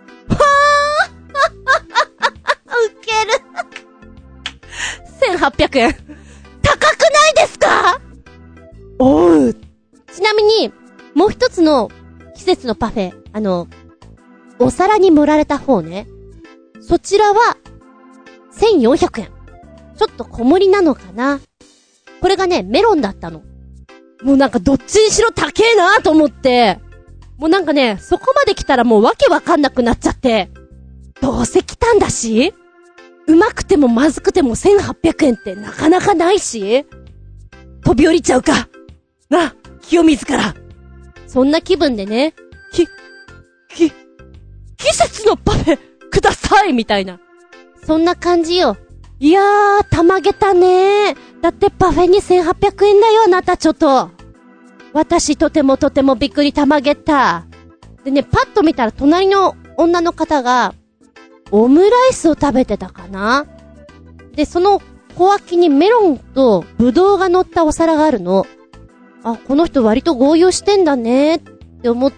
ウケるせんはっぴゃくえん高くないですか？おう。ちなみに、もう一つの季節のパフェ、あの、お皿に盛られた方ね。そちらは、せんよんひゃくえん。ちょっと小盛りなのかな。これがね、メロンだったの。もうなんかどっちにしろ高えなと思って、もうなんかね、そこまで来たらもうわけわかんなくなっちゃって、どうせ来たんだし、うまくてもまずくてもせんはっぴゃくえんってなかなかないし、飛び降りちゃうかな、清水から。そんな気分でね、き、き、季節のパフェくださいみたいな。そんな感じよ。いやー、たまげたねー。だってパフェにせんはっぴゃくえんだよ、あなたちょっと。私とてもとてもびっくりたまげた。でね、パッと見たら隣の女の方が、オムライスを食べてたかな。で、その小脇にメロンとブドウが乗ったお皿があるの。あ、この人割と豪遊してんだねって思って、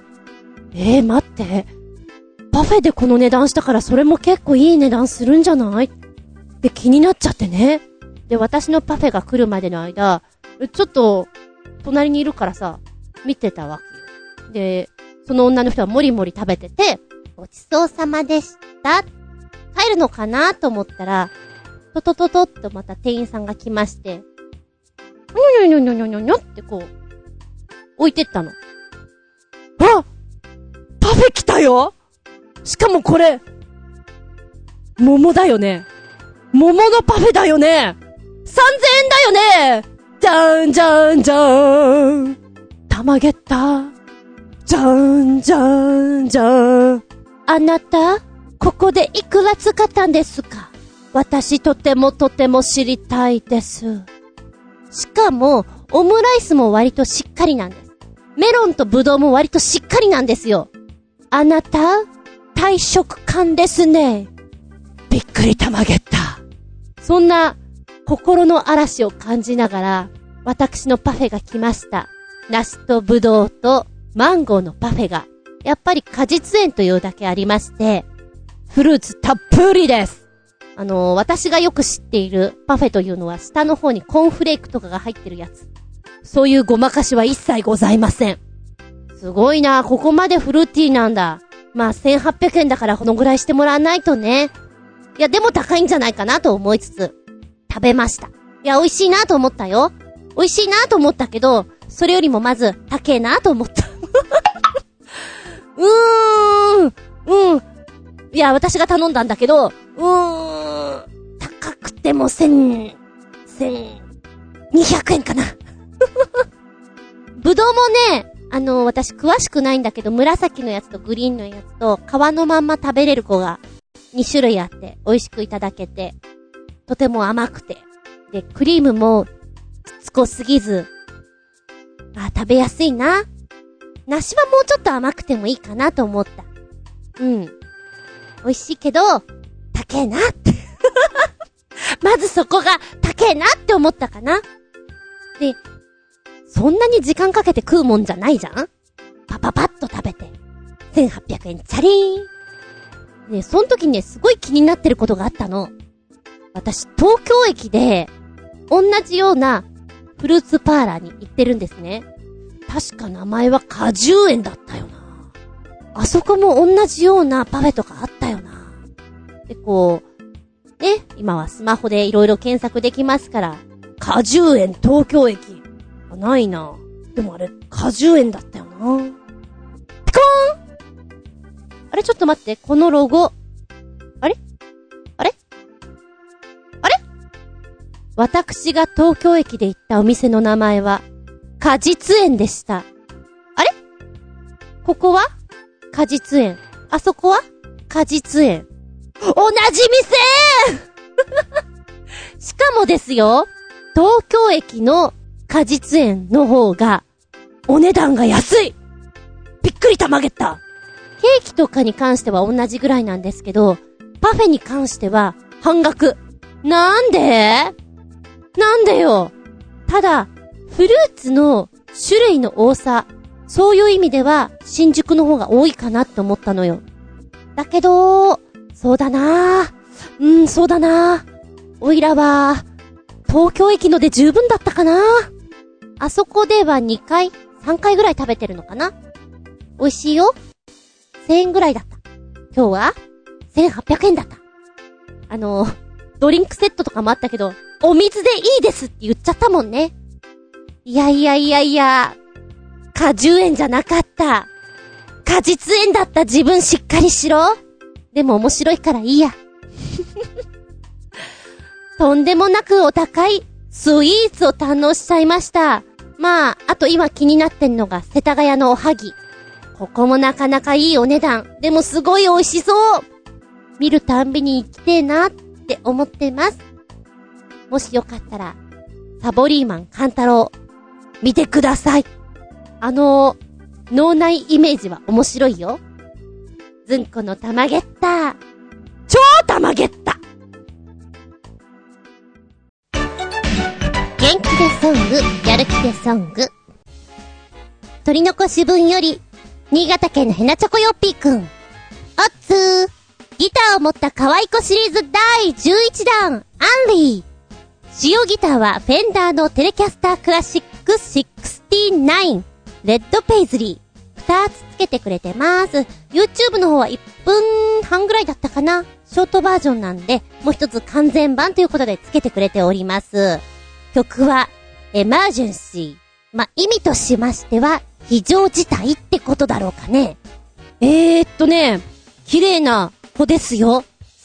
えー、待って。パフェでこの値段したからそれも結構いい値段するんじゃないって気になっちゃってね。で、私のパフェが来るまでの間、ちょっと、隣にいるからさ、見てたわけよ。で、その女の人はもりもり食べてて、ごちそうさまでした。帰るのかなと思ったら、トトトトッとまた店員さんが来まして、にょにょにょにょにょにょってこう、置いてったの。あ！パフェ来たよ！しかもこれ、 桃だよね。桃のパフェだよね。さんぜんえんだよね。じゃんじゃんじゃん。たまげった。じゃんじゃんじゃん。あなた、ここでいくら使ったんですか？私とてもとても知りたいです。しかも、オムライスも割としっかりなんです。メロンとブドウも割としっかりなんですよ。あなた、大食感ですね。びっくりたまげった。そんな心の嵐を感じながら、私のパフェが来ました。梨とブドウとマンゴーのパフェが、やっぱり果実園というだけありまして、フルーツたっぷりです。あのー、私がよく知っているパフェというのは下の方にコーンフレークとかが入ってるやつ。そういうごまかしは一切ございません。すごいな、ここまでフルーティーなんだ。まあせんはっぴゃくえんだからこのぐらいしてもらわないとね。いやでも高いんじゃないかなと思いつつ食べました。いや美味しいなと思ったよ。美味しいなと思ったけど、それよりもまず高えなと思った。うーん、うん。いや私が頼んだんだけど、うーん、高くても千、千、二百円かな。ぶどうもね、あの私詳しくないんだけど、紫のやつとグリーンのやつと皮のまんま食べれる子がに種類あって美味しくいただけて、とても甘くて、でクリームもしつこすぎず、あ、食べやすいな。梨はもうちょっと甘くてもいいかなと思った。うん。美味しいけど高えなってまずそこが高えなって思ったかな。で、そんなに時間かけて食うもんじゃないじゃん。パパパッと食べてせんはっぴゃくえんチャリーン。ね、その時ね、すごい気になってることがあったの。私、東京駅で、同じようなフルーツパーラーに行ってるんですね。確か名前は果汁園だったよな。あそこも同じようなパフェとかあったよな。で、こう、ね、今はスマホでいろいろ検索できますから、果汁園東京駅。あ、ないな。でもあれ、果汁園だったよな。ピコーン！あれちょっと待って、このロゴ。あれあれあれ私が東京駅で行ったお店の名前は、果実園でした。あれここは果実園。あそこは果実園。同じ店しかもですよ、東京駅の果実園の方が、お値段が安い。びっくりたまげった。ケーキとかに関しては同じぐらいなんですけど、パフェに関しては半額。なんで？なんでよ。ただ、フルーツの種類の多さ、そういう意味では新宿の方が多いかなって思ったのよ。だけど、そうだなぁ。うん、そうだなぁ。おいらは、東京駅ので十分だったかな。あそこではにかい、さんかいぐらい食べてるのかな。美味しいよ。せんえんぐらいだった。今日はせんはっぴゃくえんだった。あの、ドリンクセットとかもあったけど、お水でいいですって言っちゃったもんね。いやいやいやいや、果汁園じゃなかった。果実園だった。自分しっかりしろ。でも面白いからいいや。とんでもなくお高いスイーツを堪能しちゃいました。まあ、あと今気になってんのが世田谷のおはぎ。ここもなかなかいいお値段。でもすごい美味しそう。見るたんびに行きてえなって思ってます。もしよかったら、サボリーマンカンタロウ、見てください。あのー、脳内イメージは面白いよ。ずんこのたまげった。超たまげった。元気でソング、やる気でソング。取り残し分より、新潟県のヘナチョコヨッピーくん。おっつー。ギターを持った可愛い子シリーズだいじゅういちだん、アンリー。使用ギターはフェンダーのテレキャスタークラシックろくじゅうきゅう、レッドペイズリー。二つつけてくれてます。YouTube の方はいっぷんはんぐらいだったかな。ショートバージョンなんで、もう一つ完全版ということでつけてくれております。曲は、エマージェンシー。ま、意味としましては、非常事態ってことだろうかね。えーっとね、綺麗な子ですよ。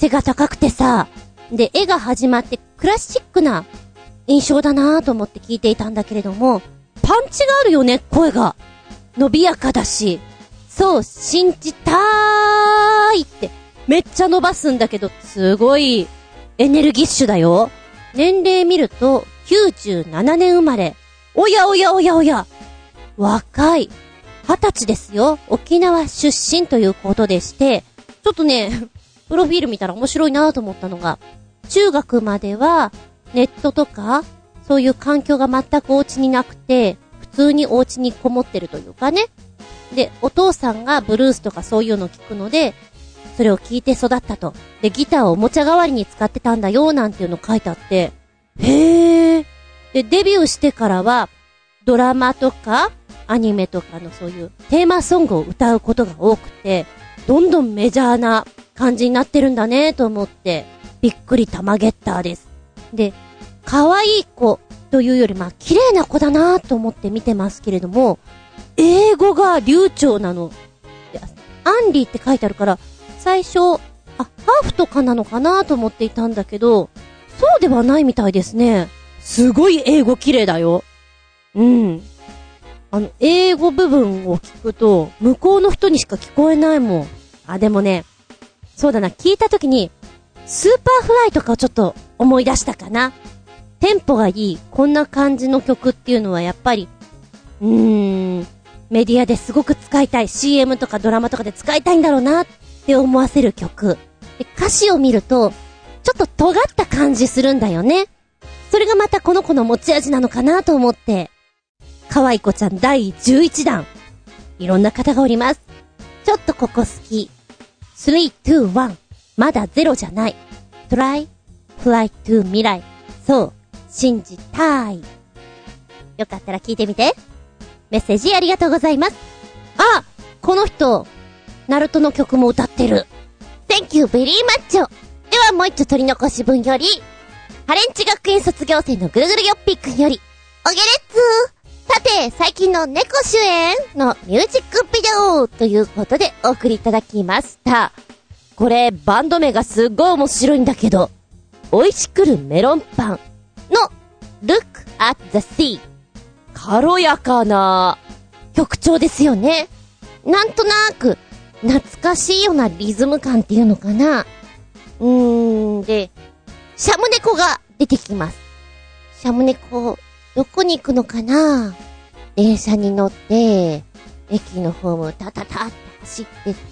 背が高くてさ、で、絵が始まってクラシックな印象だなぁと思って聞いていたんだけれども、パンチがあるよね、声が。伸びやかだし。そう、信じたーいって、めっちゃ伸ばすんだけど、すごいエネルギッシュだよ。年齢見ると、きゅうじゅうななねん生まれ。おやおやおやおや。若い。二十歳ですよ。沖縄出身ということでして、ちょっとね、プロフィール見たら面白いなと思ったのが、中学まではネットとかそういう環境が全くお家になくて、普通にお家にこもってるというかね。で、お父さんがブルースとかそういうのを聞くので、それを聞いて育ったと。で、ギターをおもちゃ代わりに使ってたんだよなんていうの書いてあって、へー。で、デビューしてからはドラマとかアニメとかのそういうテーマソングを歌うことが多くて、どんどんメジャーな感じになってるんだねと思って、びっくりたまゲッターです。で、可愛い子というよりまあ綺麗な子だなと思って見てますけれども、英語が流暢なの。アンリーって書いてあるから、最初、あ、ハーフとかなのかなと思っていたんだけど、そうではないみたいですね。すごい英語綺麗だよ。うん。あの、英語部分を聞くと、向こうの人にしか聞こえないもん。あ、でもね、そうだな、聞いたときに、スーパーフライとかをちょっと思い出したかな。テンポがいい、こんな感じの曲っていうのはやっぱり、うーん、メディアですごく使いたい、シーエム とかドラマとかで使いたいんだろうなって思わせる曲。で、歌詞を見ると、ちょっと尖った感じするんだよね。それがまたこの子の持ち味なのかなと思って、可愛い子ちゃんだいじゅういちだん。いろんな方がおります。ちょっとここ好き。スリー、ツー、ワン。まだゼロじゃない。Try, fly to 未来。そう、信じたい。よかったら聞いてみて。メッセージありがとうございます。あ、この人、ナルトの曲も歌ってる。Thank you very much. ではもう一丁取り残し分より、ハレンチ学園卒業生のぐるぐるよっぴーくんより、おげれっつー。さて、最近の猫主演のミュージックビデオということでお送りいただきました。これ、バンド名がすっごい面白いんだけど、美味しくるメロンパンの Look at the Sea。軽やかな曲調ですよね。なんとなく懐かしいようなリズム感っていうのかな。うーん、で、シャム猫が出てきます。シャム猫、どこに行くのかな。電車に乗って、駅のホームタタタって走ってって、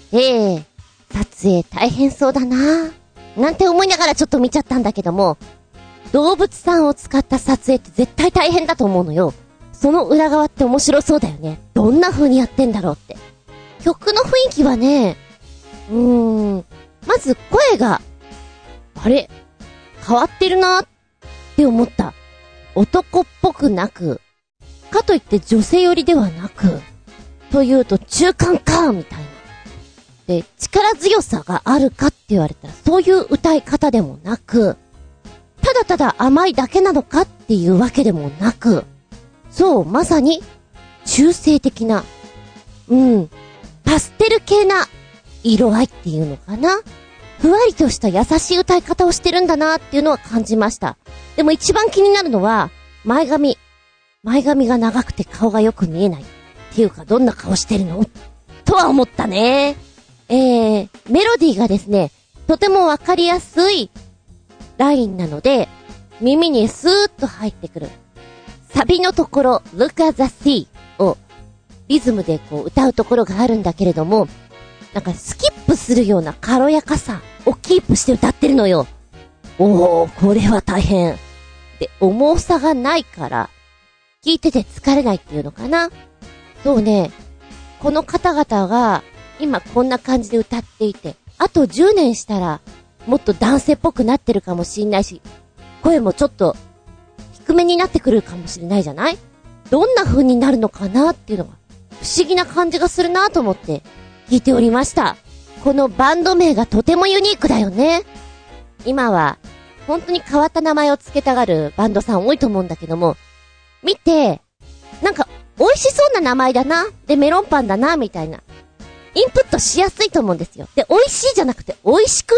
撮影大変そうだななんて思いながらちょっと見ちゃったんだけども、動物さんを使った撮影って絶対大変だと思うのよ。その裏側って面白そうだよね。どんな風にやってんだろうって。曲の雰囲気はね、うーん、まず声が、あれ変わってるなって思った。男っぽくなく、かといって女性寄りではなく、というと中間かみたいな。で、力強さがあるかって言われたら、そういう歌い方でもなく、ただただ甘いだけなのかっていうわけでもなく、そう、まさに中性的な、うん、パステル系な色合いっていうのかな。ふわりとした優しい歌い方をしてるんだなっていうのは感じました。でも一番気になるのは前髪。前髪が長くて顔がよく見えないっていうか、どんな顔してるのとは思ったね。えー、メロディーがですね、とてもわかりやすいラインなので耳にスーッと入ってくる。サビのところ Look at the sea をリズムでこう歌うところがあるんだけれども、なんかスキップするような軽やかさをキープして歌ってるのよ。おー、これは大変。で、重さがないから聴いてて疲れないっていうのかな。そうね、この方々が今こんな感じで歌っていて、あとじゅうねんしたらもっと男性っぽくなってるかもしんないし、声もちょっと低めになってくるかもしれないじゃない？どんな風になるのかなっていうのが不思議な感じがするなと思って聞いておりました。このバンド名がとてもユニークだよね。今は本当に変わった名前を付けたがるバンドさん多いと思うんだけども、見てなんか美味しそうな名前だな、でメロンパンだなみたいなインプットしやすいと思うんですよ。で、美味しいじゃなくて美味しくる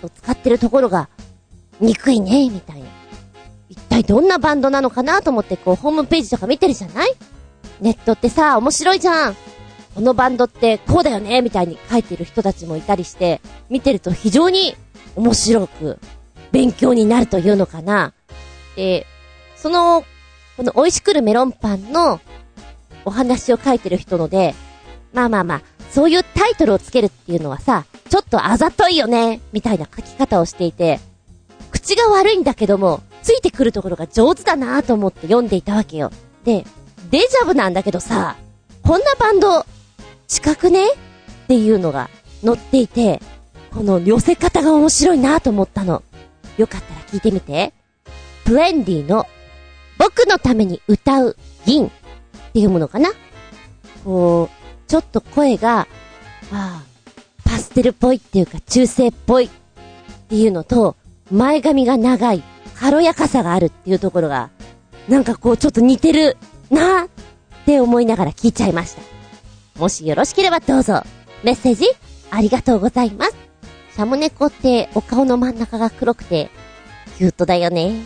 と使ってるところが憎いね、みたいな。一体どんなバンドなのかなと思ってこうホームページとか見てるじゃない？ネットってさ、面白いじゃん。このバンドってこうだよね、みたいに書いてる人たちもいたりして、見てると非常に面白く勉強になるというのかな。で、その、この美味しくるメロンパンのお話を書いてる人ので、まあまあまあ、そういうタイトルをつけるっていうのはさ、ちょっとあざといよね、みたいな書き方をしていて、口が悪いんだけども、ついてくるところが上手だなと思って読んでいたわけよ。で、デジャブなんだけどさ、こんなバンド、近くねっていうのが載っていて、この寄せ方が面白いなと思ったの。よかったら聞いてみて。プレンディの僕のために歌う銀っていうものかな。こう、ちょっと声が、ああ、パステルっぽいっていうか中性っぽいっていうのと、前髪が長い、軽やかさがあるっていうところが、なんかこうちょっと似てるなーって思いながら聞いちゃいました。もしよろしければどうぞ。メッセージありがとうございます。シャム猫ってお顔の真ん中が黒くてキュートだよね。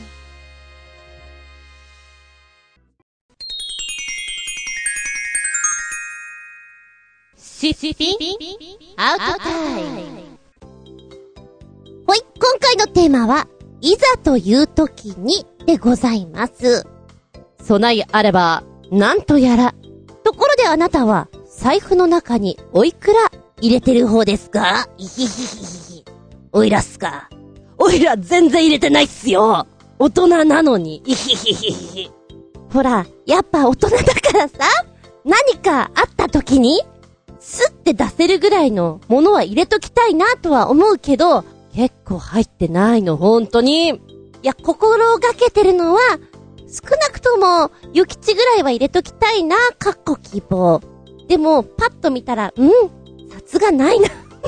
シシピンアウトタイム。 ほい、今回のテーマはいざという時にでございます。備えあればなんとやら。ところであなたは財布の中においくら入れてる方ですか？いひひひひ。おいらっすか？おいら全然入れてないっすよ。大人なのに。いひひひひ。ほら、やっぱ大人だからさ、何かあった時にスッて出せるぐらいのものは入れときたいなとは思うけど、結構入ってないの、ほんとに。いや、心がけてるのは、少なくとも、ゆきちぐらいは入れときたいな、かっこ希望。でも、パッと見たら、うん、札がないな。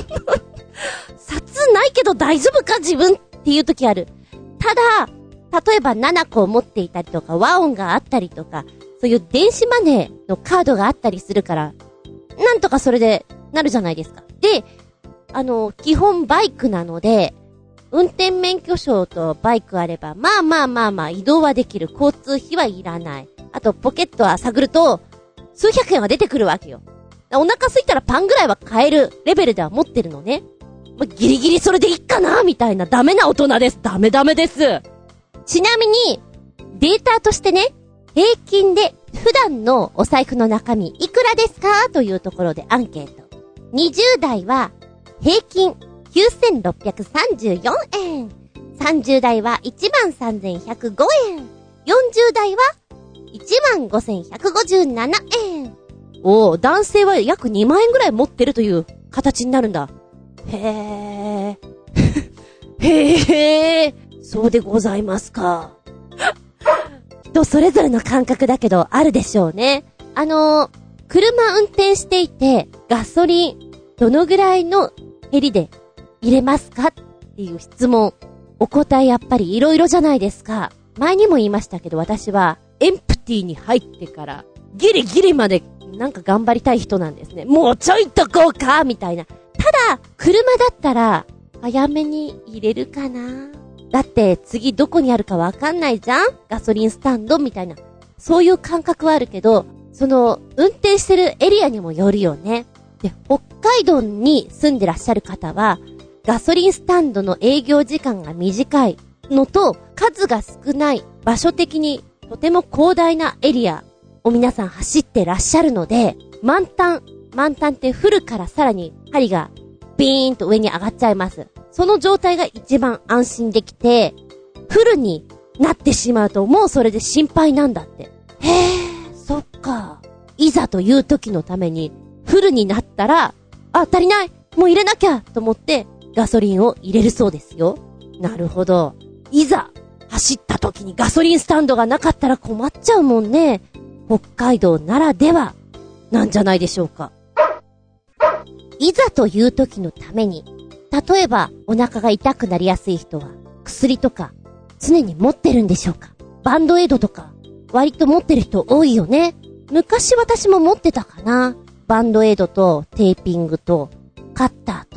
札ないけど大丈夫か自分っていう時ある。ただ、例えばななこを持っていたりとか、和音があったりとか、そういう電子マネーのカードがあったりするから、なんとかそれでなるじゃないですか。で、あの、基本バイクなので、運転免許証とバイクあれば、まあまあまあまあ移動はできる。交通費はいらない。あとポケットは探ると、数百円は出てくるわけよ。お腹空いたらパンぐらいは買えるレベルでは持ってるのね。まあ、ギリギリそれでいいかなみたいなダメな大人です。ダメダメです。ちなみに、データとしてね、平均で普段のお財布の中身いくらですかというところでアンケート。にじゅう代は平均きゅうせんろっぴゃくさんじゅうよんえん。さんじゅう代はいちまんさんぜんひゃくごえん。よんじゅう代はいちまんごせんひゃくごじゅうななえん。おー、男性は約にまんえんぐらい持ってるという形になるんだ。へー。へー。そうでございますか。人それぞれの感覚だけどあるでしょうね。あのー、車運転していてガソリンどのぐらいの減りで入れますかっていう質問。お答えやっぱりいろいろじゃないですか。前にも言いましたけど私はエンプティに入ってからギリギリまでなんか頑張りたい人なんですね。もうちょいとこうかみたいな。ただ車だったら早めに入れるかな。だって次どこにあるかわかんないじゃん？ガソリンスタンドみたいな。そういう感覚はあるけど、その運転してるエリアにもよるよね。で、北海道に住んでらっしゃる方は、ガソリンスタンドの営業時間が短いのと、数が少ない場所的にとても広大なエリアを皆さん走ってらっしゃるので、満タン、満タンってフルからさらに針がビーンと上に上がっちゃいます。その状態が一番安心できて、フルになってしまうともうそれで心配なんだって。へー、そっか。いざという時のためにフルになったら、あ、足りない、もう入れなきゃと思ってガソリンを入れるそうですよ。なるほど。いざ走った時にガソリンスタンドがなかったら困っちゃうもんね。北海道ならではなんじゃないでしょうか。いざという時のために、例えばお腹が痛くなりやすい人は薬とか常に持ってるんでしょうか。バンドエイドとか割と持ってる人多いよね。昔私も持ってたかな。バンドエイドとテーピングとカッターと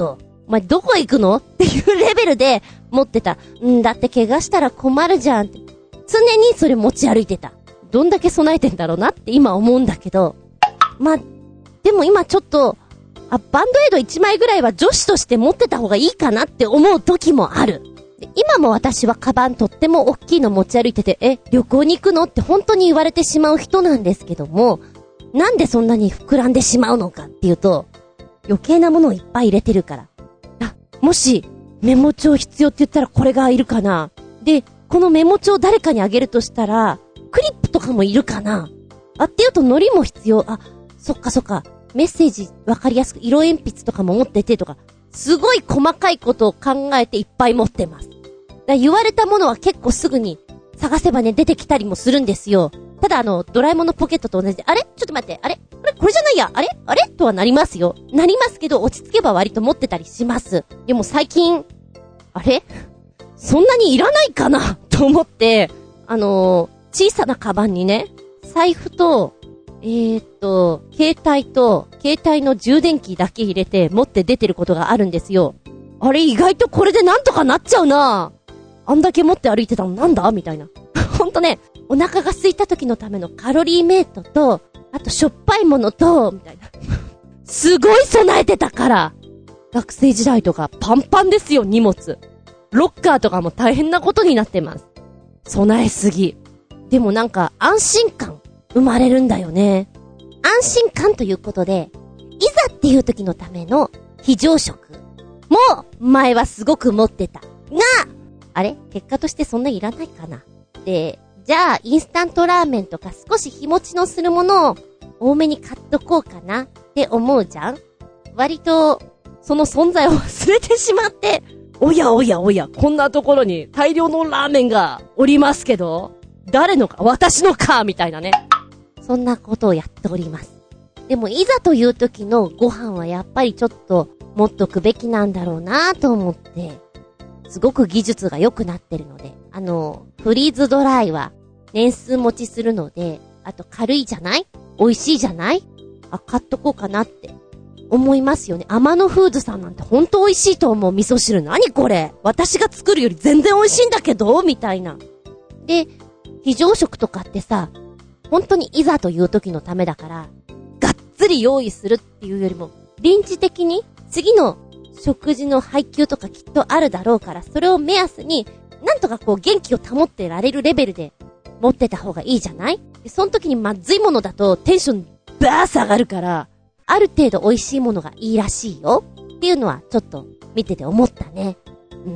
お前どこ行くのっていうレベルで持ってた。んだって怪我したら困るじゃんって。常にそれ持ち歩いてた。どんだけ備えてんだろうなって今思うんだけど。まあ、でも今ちょっと、あ、バンドエイドいちまいぐらいは女子として持ってた方がいいかなって思う時もある。で今も私はカバンとっても大きいの持ち歩いてて、え、旅行に行くのって本当に言われてしまう人なんですけども、なんでそんなに膨らんでしまうのかっていうと、余計なものをいっぱい入れてるから。あ、もしメモ帳必要って言ったらこれがいるかな。で、このメモ帳誰かにあげるとしたら、クリップとかもいるかな。あ、っていうとノリも必要。あ、そっかそっか。メッセージわかりやすく色鉛筆とかも持っててとか、すごい細かいことを考えていっぱい持ってます。だ言われたものは結構すぐに探せばね、出てきたりもするんですよ。ただあの、ドラえもんのポケットと同じで、あれちょっと待って、あれあれこれじゃないや、あれあれとはなりますよ。なりますけど、落ち着けば割と持ってたりします。でも最近、あれそんなにいらないかなと思って、あのー、小さなカバンにね、財布と、えーっと、携帯と、携帯の充電器だけ入れて持って出てることがあるんですよ。あれ意外とこれでなんとかなっちゃうな。あんだけ持って歩いてたのなんだみたいな。ほんとね、お腹が空いた時のためのカロリーメイトと、あとしょっぱいものと、みたいな。すごい備えてたから。学生時代とかパンパンですよ、荷物。ロッカーとかも大変なことになってます。備えすぎ。でもなんか安心感生まれるんだよね。安心感ということで、いざっていう時のための非常食も前はすごく持ってた。が、あれ結果としてそんないらないかな。で、じゃあインスタントラーメンとか少し日持ちのするものを多めに買っとこうかなって思うじゃん。割とその存在を忘れてしまって、おやおやおや、こんなところに大量のラーメンがおりますけど、誰のか私のかみたいなね。そんなことをやっております。でもいざという時のご飯はやっぱりちょっと持っとくべきなんだろうなと思って、すごく技術が良くなってるので、あのフリーズドライは年数持ちするので、あと軽いじゃない？美味しいじゃない？あ、買っとこうかなって思いますよね。アマノフーズさんなんてほんと美味しいと思う味噌汁。何これ？私が作るより全然美味しいんだけどみたいな。で、非常食とかってさ、本当にいざという時のためだから、がっつり用意するっていうよりも、臨時的に次の食事の配給とかきっとあるだろうから、それを目安に、なんとかこう元気を保ってられるレベルで持ってた方がいいじゃない？でその時にまずいものだとテンションバー下がるから、ある程度美味しいものがいいらしいよっていうのはちょっと見てて思ったね。うん。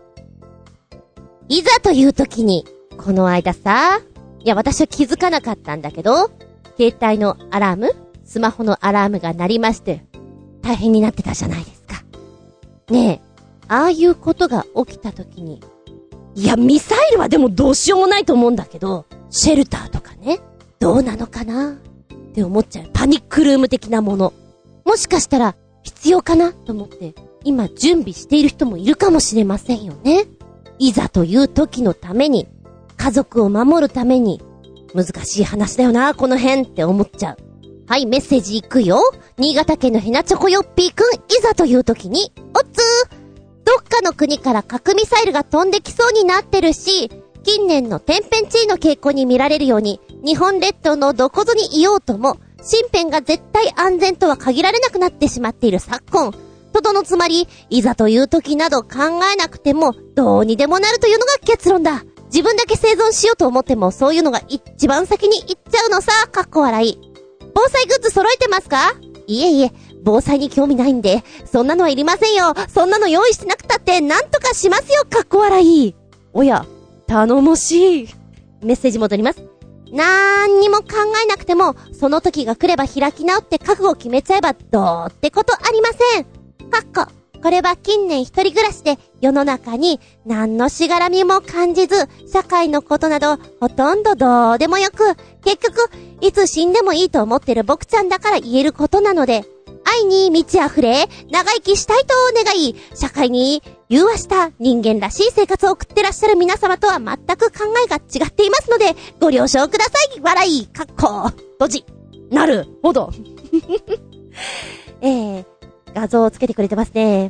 いざという時に、この間さ、いや私は気づかなかったんだけど、携帯のアラーム、スマホのアラームが鳴りまして、大変になってたじゃないですか。ねえ、ああいうことが起きた時に、いやミサイルはでもどうしようもないと思うんだけど、シェルターとかね、どうなのかなって思っちゃう。パニックルーム的なもの。もしかしたら必要かなと思って、今準備している人もいるかもしれませんよね。いざという時のために、家族を守るために、難しい話だよな、この辺って思っちゃう。はい、メッセージいくよ。新潟県のヘナチョコヨッピーくん、いざという時に、おっつーどっかの国から核ミサイルが飛んできそうになってるし、近年の天変地異の傾向に見られるように、日本列島のどこぞにいようとも、身辺が絶対安全とは限られなくなってしまっている昨今。とどのつまり、いざという時など考えなくても、どうにでもなるというのが結論だ。自分だけ生存しようと思っても、そういうのが一番先に行っちゃうのさ、かっこ笑い。防災グッズ揃えてますか？いえいえ、防災に興味ないんで、そんなのはいりませんよ。そんなの用意してなくたって、なんとかしますよ、かっこ笑い。おや、頼もしい。メッセージ戻ります。なんにも考えなくても、その時が来れば開き直って覚悟を決めちゃえば、どうってことありません。かっこ。これは近年一人暮らしで世の中に何のしがらみも感じず、社会のことなどほとんどどうでもよく、結局いつ死んでもいいと思ってる僕ちゃんだから言えることなので、愛に満ち溢れ長生きしたいと願い、社会に融和した人間らしい生活を送ってらっしゃる皆様とは全く考えが違っていますので、ご了承ください。笑いかっこ閉じ。なるほど。えー画像をつけてくれてますね。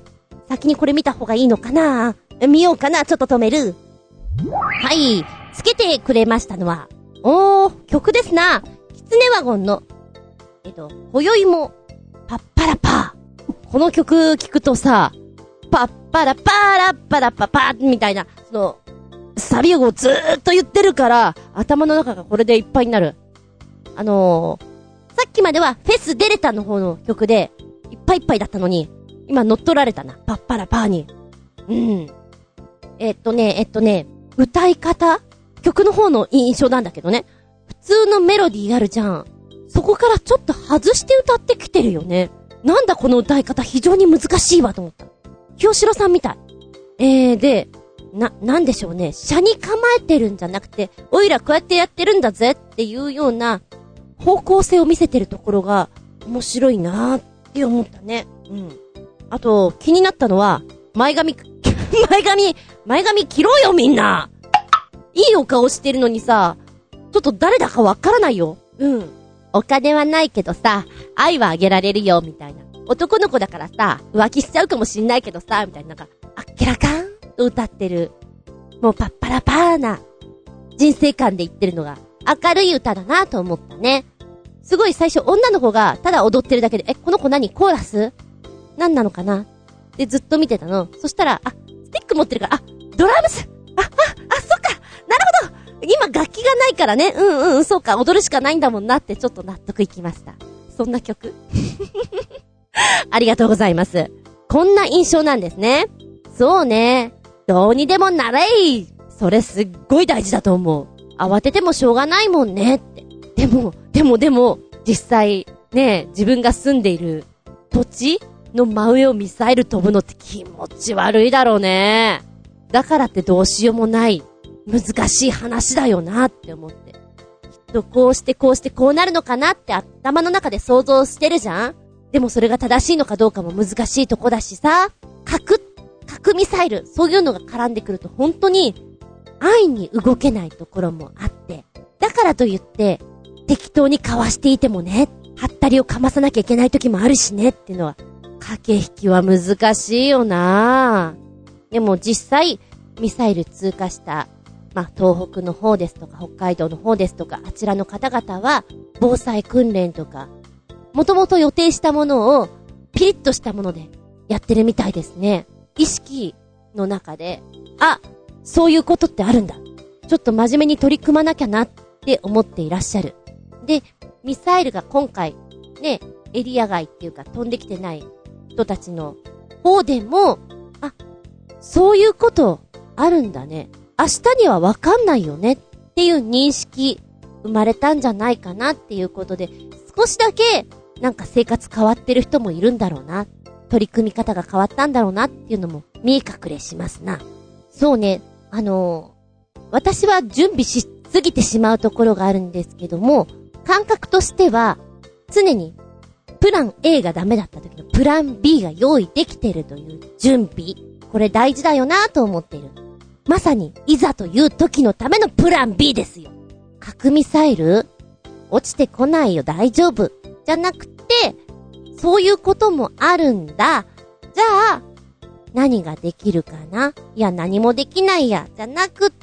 先にこれ見た方がいいのかな？見ようかな？ちょっと止める。はい。つけてくれましたのは、おー、曲ですな。キツネワゴンの、えっと、今宵も、パッパラパー。この曲聞くとさ、パッパラパーラッパラパパーみたいな、その、サビをずーっと言ってるから、頭の中がこれでいっぱいになる。あのー、さっきまではフェスデレタの方の曲で、いっぱいいっぱいだったのに、今乗っ取られたな。パッパラパーに。うん。えっとね、えっとね、歌い方？曲の方の印象なんだけどね。普通のメロディーあるじゃん。そこからちょっと外して歌ってきてるよね。なんだこの歌い方非常に難しいわと思った。清志郎さんみたい。えー、で、な、なんでしょうね。車に構えてるんじゃなくて、おいらこうやってやってるんだぜっていうような方向性を見せてるところが面白いなーって思ったね。うん。あと、気になったのは、前髪、前髪、前髪切ろうよみんな。いいお顔してるのにさ、ちょっと誰だかわからないよ。うん。お金はないけどさ、愛はあげられるよみたいな。男の子だからさ、浮気しちゃうかもしんないけどさ、みたいな、なんか、あっけらかんと歌ってる。もうパッパラパーな人生観で言ってるのが明るい歌だなと思ったね。すごい最初女の子がただ踊ってるだけで、え、この子何？コーラス？何なのかなでずっと見てたの。そしたら、あ、スティック持ってるから、あ、ドラムス！あ、あ、あ、そっか！なるほど！今楽器がないからね。うんうん、そうか。踊るしかないんだもんなってちょっと納得いきました。そんな曲ありがとうございます。こんな印象なんですね。そうね。どうにでもなれい。それすっごい大事だと思う。慌ててもしょうがないもんねって。でも、でもでも、実際、ね、自分が住んでいる土地の真上をミサイル飛ぶのって気持ち悪いだろうね。だからってどうしようもない難しい話だよなって思って。きっとこうしてこうしてこうなるのかなって頭の中で想像してるじゃん。でもそれが正しいのかどうかも難しいとこだしさ、核、核ミサイル、そういうのが絡んでくると本当に安易に動けないところもあって、だからといって適当にかわしていてもね、はったりをかまさなきゃいけない時もあるしねっていうのは、駆け引きは難しいよな。でも実際ミサイル通過したまあ、東北の方ですとか北海道の方ですとか、あちらの方々は防災訓練とかもともと予定したものをピリッとしたものでやってるみたいですね。意識の中で、あ、そういうことってあるんだ、ちょっと真面目に取り組まなきゃなって思っていらっしゃる。で、ミサイルが今回ね、エリア外っていうか飛んできてない人たちの方でも、あ、そういうことあるんだね、明日にはわかんないよねっていう認識生まれたんじゃないかなっていうことで、少しだけなんか生活変わってる人もいるんだろうな、取り組み方が変わったんだろうなっていうのも見え隠れしますな。そうね、あのー、私は準備しすぎてしまうところがあるんですけども、感覚としては常にプラン A がダメだった時のプラン B が用意できてるという準備、これ大事だよなと思っている。まさにいざという時のためのプラン B ですよ。核ミサイル落ちてこないよ大丈夫じゃなくて、そういうこともあるんだ。じゃあ何ができるかな、いや何もできないやじゃなくって、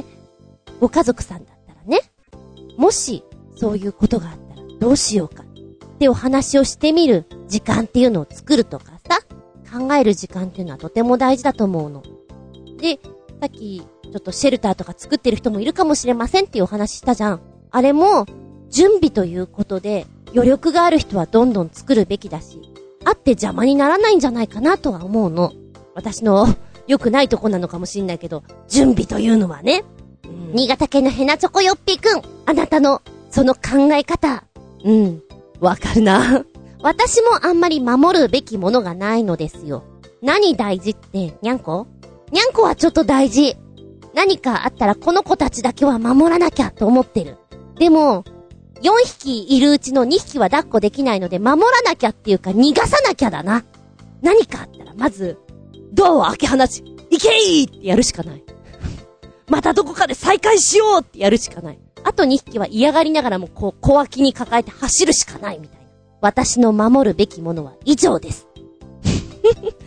ご家族さんだったらね、もしそういうことがあったらどうしようかってお話をしてみる時間っていうのを作るとかさ、考える時間っていうのはとても大事だと思うので、さっきちょっとシェルターとか作ってる人もいるかもしれませんっていうお話したじゃん。あれも準備ということで余力がある人はどんどん作るべきだし、あって邪魔にならないんじゃないかなとは思うの。私の良くないとこなのかもしんないけど、準備というのはね、うん、新潟県のヘナチョコヨッピーくん、あなたのその考え方、うん、わかるな。私もあんまり守るべきものがないのですよ。何大事って、にゃんこにゃんこはちょっと大事。何かあったらこの子たちだけは守らなきゃと思ってる。でも、よんひきいるうちのにひきは抱っこできないので、守らなきゃっていうか逃がさなきゃだな。何かあったらまず、ドアを開け放ち、行けーってやるしかない。またどこかで再会しようってやるしかない。あとにひきは嫌がりながらもこう小脇に抱えて走るしかないみたいな。私の守るべきものは以上です。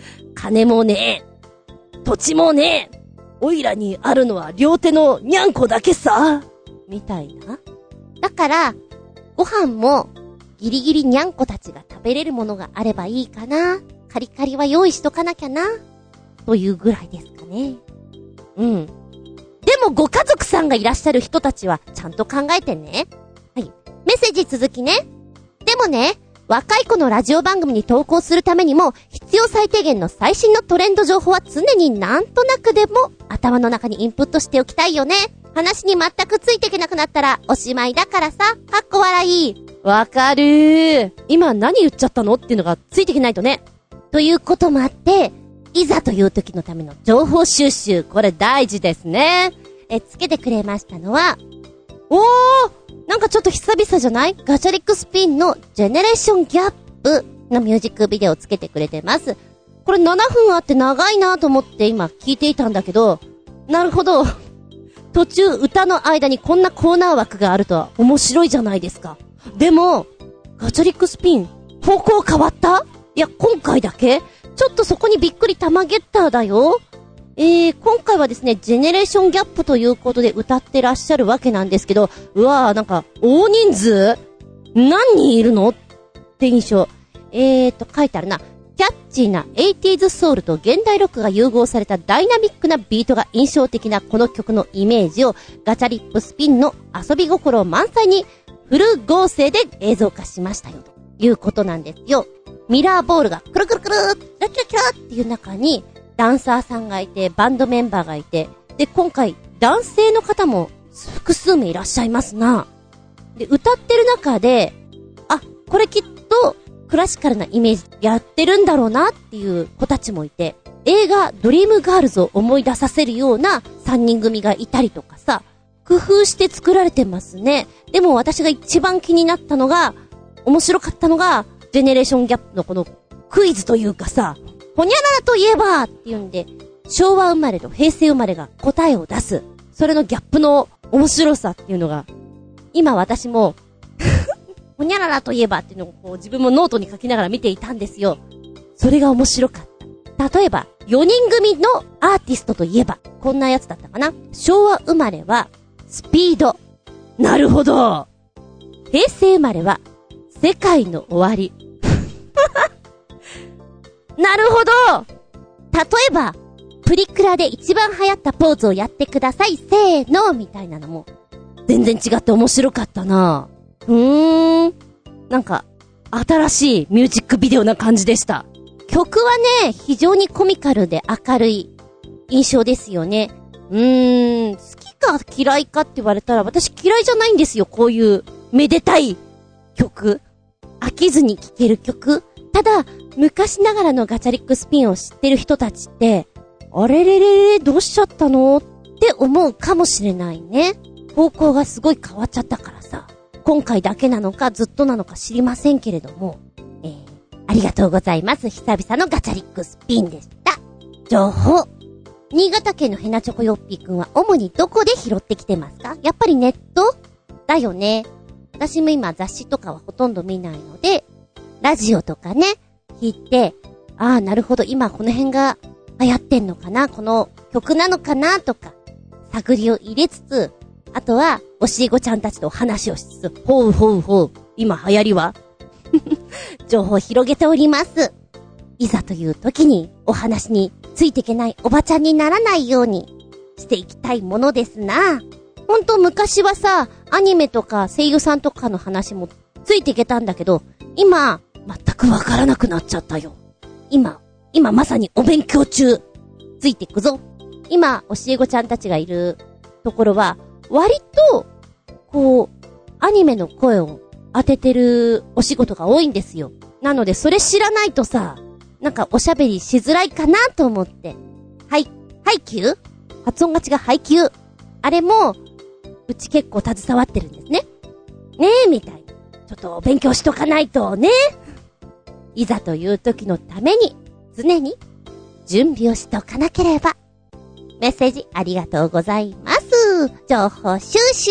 金もねえ。土地もねえ。おいらにあるのは両手のにゃんこだけさ。みたいな。だから、ご飯もギリギリにゃんこたちが食べれるものがあればいいかな。カリカリは用意しとかなきゃな。というぐらいですかね。うん。でもご家族さんがいらっしゃる人たちはちゃんと考えてね。はい。メッセージ続きね。でもね、若い子のラジオ番組に投稿するためにも必要最低限の最新のトレンド情報は常になんとなくでも頭の中にインプットしておきたいよね。話に全くついていけなくなったらおしまいだからさ。かっこ笑い。わかるー。今何言っちゃったのっていうのがついていけないとね。ということもあって、いざという時のための情報収集、これ大事ですね。え、つけてくれましたのは、おー、なんかちょっと久々じゃない？ガチャリックスピンのジェネレーションギャップのミュージックビデオをつけてくれてます。これななふんあって長いなと思って今聞いていたんだけど、なるほど。途中歌の間にこんなコーナー枠があるとは面白いじゃないですか。でも、ガチャリックスピン、方向変わった？いや、今回だけ？ちょっとそこにびっくり玉ゲッターだよ。えー、今回はですね、ジェネレーションギャップということで歌ってらっしゃるわけなんですけど、うわー、なんか、大人数？何人いるの？って印象。えーと、書いてあるな。キャッチーな エイティーズ ソウルと現代ロックが融合されたダイナミックなビートが印象的なこの曲のイメージをガチャリップスピンの遊び心満載にフル合成で映像化しましたよということなんですよ。ミラーボールがくるくるくるーキラキラキラっていう中にダンサーさんがいてバンドメンバーがいて、で今回男性の方も複数名いらっしゃいますな。で歌ってる中で、あ、これきっとクラシカルなイメージやってるんだろうなっていう子たちもいて、映画ドリームガールズを思い出させるようなさんにん組がいたりとかさ、工夫して作られてますね。でも私が一番気になったのが、面白かったのがジェネレーションギャップのこのクイズというかさ、ほにゃららといえばっていうんで、昭和生まれと平成生まれが答えを出す。それのギャップの面白さっていうのが、今私もほにゃららといえばっていうのをこう自分もノートに書きながら見ていたんですよ。それが面白かった。例えば、よにん組のアーティストといえば、こんなやつだったかな。昭和生まれは、スピード。なるほど。平成生まれは、世界の終わり。なるほど。例えば、プリクラで一番流行ったポーズをやってください。せーのみたいなのも、全然違って面白かったな。うーん。なんか、新しいミュージックビデオな感じでした。曲はね、非常にコミカルで明るい印象ですよね。うーん、好きか嫌いかって言われたら、私嫌いじゃないんですよ。こういうめでたい曲。飽きずに聴ける曲。ただ、昔ながらのガチャリックスピンを知ってる人たちって、あれれれれ、どうしちゃったのって思うかもしれないね。方向がすごい変わっちゃったからさ。今回だけなのかずっとなのか知りませんけれども、えー、ありがとうございます。久々のガチャリックスピンでした。情報。新潟県のヘナチョコヨッピーくんは主にどこで拾ってきてますか？やっぱりネットだよね。私も今雑誌とかはほとんど見ないので、ラジオとかね、聞いて、ああ、なるほど、今この辺が流行ってんのかな、この曲なのかなとか、探りを入れつつ、あとは、教え子ちゃんたちと話をしつつ、ほうほうほう、今流行りは情報を広げております。いざという時にお話についていけないおばちゃんにならないようにしていきたいものですな。ほんと昔はさ、アニメとか声優さんとかの話もついていけたんだけど、今、全くわからなくなっちゃったよ。今、今まさにお勉強中。ついていくぞ。今、教え子ちゃんたちがいるところは、割と、こう、アニメの声を当ててるお仕事が多いんですよ。なので、それ知らないとさ、なんかおしゃべりしづらいかなと思って。はい、ハイキュー？発音が違う、ハイキュー。あれも、うち結構携わってるんですね。ねえ、みたいな。ちょっと勉強しとかないとね。いざという時のために、常に準備をしておかなければ。メッセージありがとうございます。情報収集。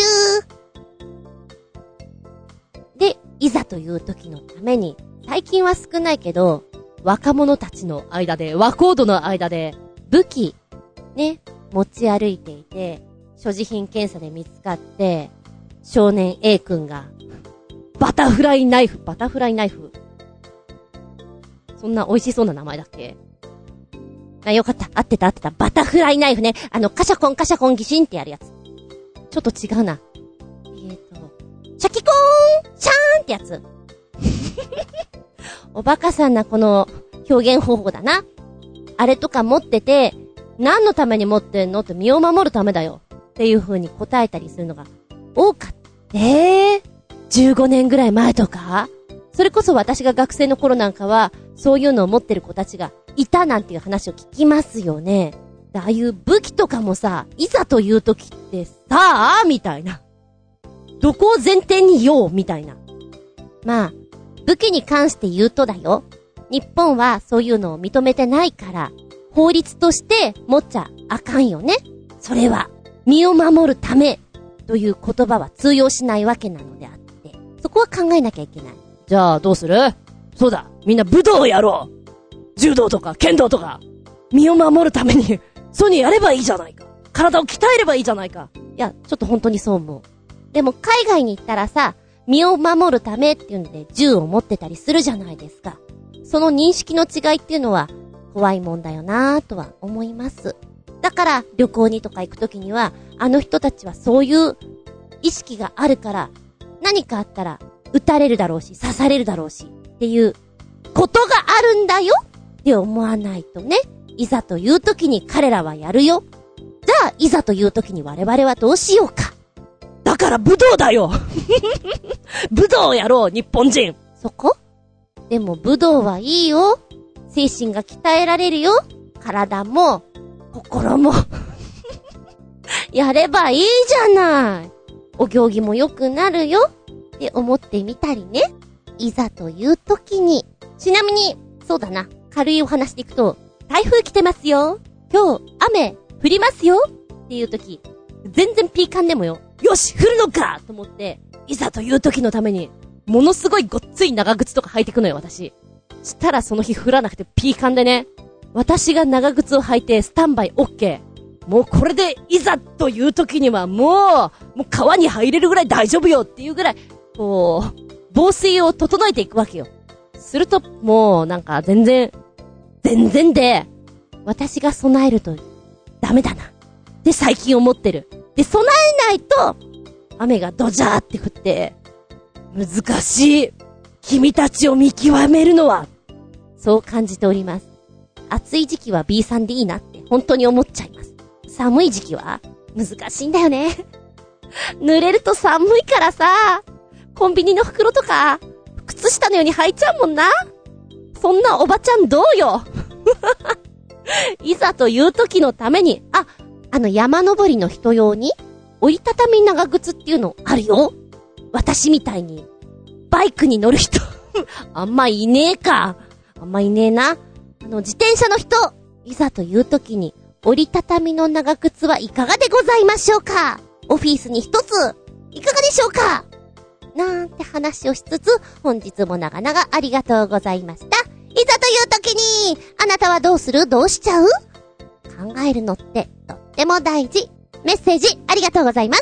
で、いざという時のために、最近は少ないけど、 若者たちの間で、若人の間で、武器、ね、持ち歩いていて、所持品検査で見つかって、少年 A 君が、バタフライナイフ、バタフライナイフ。そんな美味しそうな名前だっけ？あ、よかった。合ってた合ってた。バタフライナイフね。あの、カシャコンカシャコンギシンってやるやつ。ちょっと違うな。えーと、シャキコーンシャーンってやつ。おバカさんなこの表現方法だな。あれとか持ってて、何のために持ってんのって身を守るためだよ。っていう風に答えたりするのが多かった。えー、じゅうごねんぐらい前とか？それこそ私が学生の頃なんかは、そういうのを持ってる子たちがいたなんていう話を聞きますよね。ああいう武器とかもさ、いざという時ってさあ、みたいな。どこを前提にようみたいな。まあ、武器に関して言うとだよ。日本はそういうのを認めてないから、法律として持っちゃあかんよね。それは、身を守るためという言葉は通用しないわけなのであって、そこは考えなきゃいけない。じゃあどうする？そうだ、みんな武道をやろう。柔道とか剣道とか、身を守るために、そういうのやればいいじゃないか。体を鍛えればいいじゃないか。いや、ちょっと本当にそう思う。でも海外に行ったらさ、身を守るためっていうんで銃を持ってたりするじゃないですか。その認識の違いっていうのは怖いもんだよなぁとは思います。だから旅行にとか行くときには、あの人たちはそういう意識があるから、何かあったら撃たれるだろうし、刺されるだろうしっていうことがあるんだよって思わないとね。いざというときに彼らはやるよ。じゃあいざというときに我々はどうしようか。だから武道だよ武道をやろう、日本人。そこ？でも武道はいいよ。精神が鍛えられるよ。体も心もやればいいじゃない。お行儀も良くなるよって思ってみたりね。いざという時に。ちなみにそうだな、軽いお話でいくと、台風来てますよ、今日雨降りますよっていう時、全然ピーカンでもよ、よし降るのかと思って、いざという時のためにものすごいごっつい長靴とか履いてくのよ、私。したらその日降らなくてピーカンでね、私が長靴を履いてスタンバイ OK。 もうこれでいざという時にはもうもう川に入れるぐらい大丈夫よっていうぐらい、こう防水を整えていくわけよ。するともうなんか全然全然で、私が備えるとダメだなで最近思ってる。で、備えないと雨がドジャーって降って難しい。君たちを見極めるのは、そう感じております。暑い時期は B さんでいいなって本当に思っちゃいます。寒い時期は難しいんだよね濡れると寒いからさ、コンビニの袋とか靴下のように履いちゃうもんな。そんなおばちゃんどうよいざという時のために、あ、あの山登りの人用に折りたたみ長靴っていうのあるよ。私みたいにバイクに乗る人あんまいねえか。あんまいねえな。あの自転車の人、いざという時に折りたたみの長靴はいかがでございましょうか。オフィスに一ついかがでしょうか。なんて話をしつつ、本日も長々ありがとうございました。いざという時にあなたはどうする？どうしちゃう？考えるのってとっても大事。メッセージありがとうございます。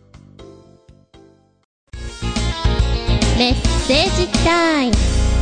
メッセージタイム。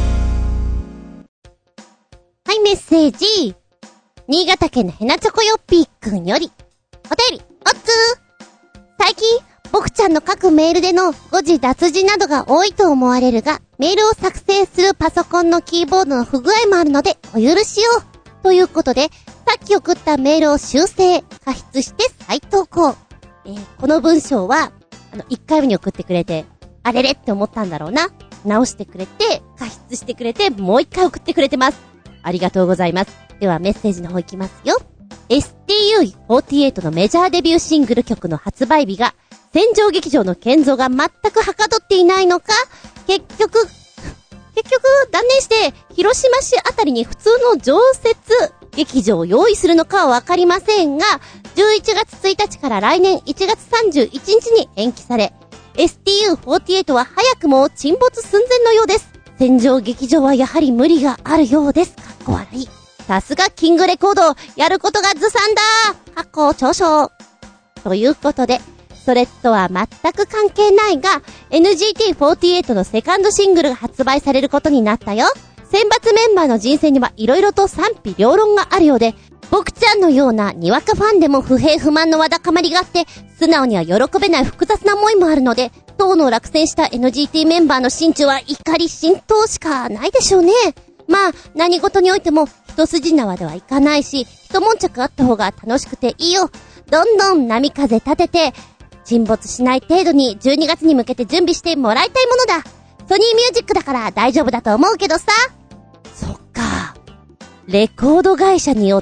はい、メッセージ。新潟県のヘナチョコヨッピーくんよりお便りおっつー。最近僕ちゃんの書くメールでの誤字脱字などが多いと思われるが、メールを作成するパソコンのキーボードの不具合もあるのでお許しをということで、さっき送ったメールを修正加筆して再投稿。えー、この文章はあのいっかいめに送ってくれて、あれれって思ったんだろうな。直してくれて加筆してくれて、もう一回送ってくれてます。ありがとうございます。ではメッセージの方いきますよ。エスティーユーフォーティーエイト のメジャーデビューシングル曲の発売日が戦場劇場の建造が全くはかどっていないのか、結局結局断念して広島市あたりに普通の常設劇場を用意するのかはわかりませんが、じゅういちがつついたちから来年いちがつさんじゅういちにちに延期され、エスティーユーフォーティーエイト は早くも沈没寸前のようです。 戦場劇場はやはり無理があるようです。かっこ悪い。さすがキングレコード、やることがずさんだ。発行嘲笑。ということで、それとは全く関係ないが、エヌジーティーフォーティーエイト のセカンドシングルが発売されることになったよ。選抜メンバーの人生には色々と賛否両論があるようで、僕ちゃんのようなにわかファンでも不平不満のわだかまりがあって、素直には喜べない複雑な思いもあるので、当の落選した エヌジーティー メンバーの心中は怒り心頭しかないでしょうね。まあ、何事においても一筋縄ではいかないし、一悶着あった方が楽しくていいよ。どんどん波風立てて、沈没しない程度にじゅうにがつに向けて準備してもらいたいものだ。ソニーミュージックだから大丈夫だと思うけどさ。そっか。レコード会社によって、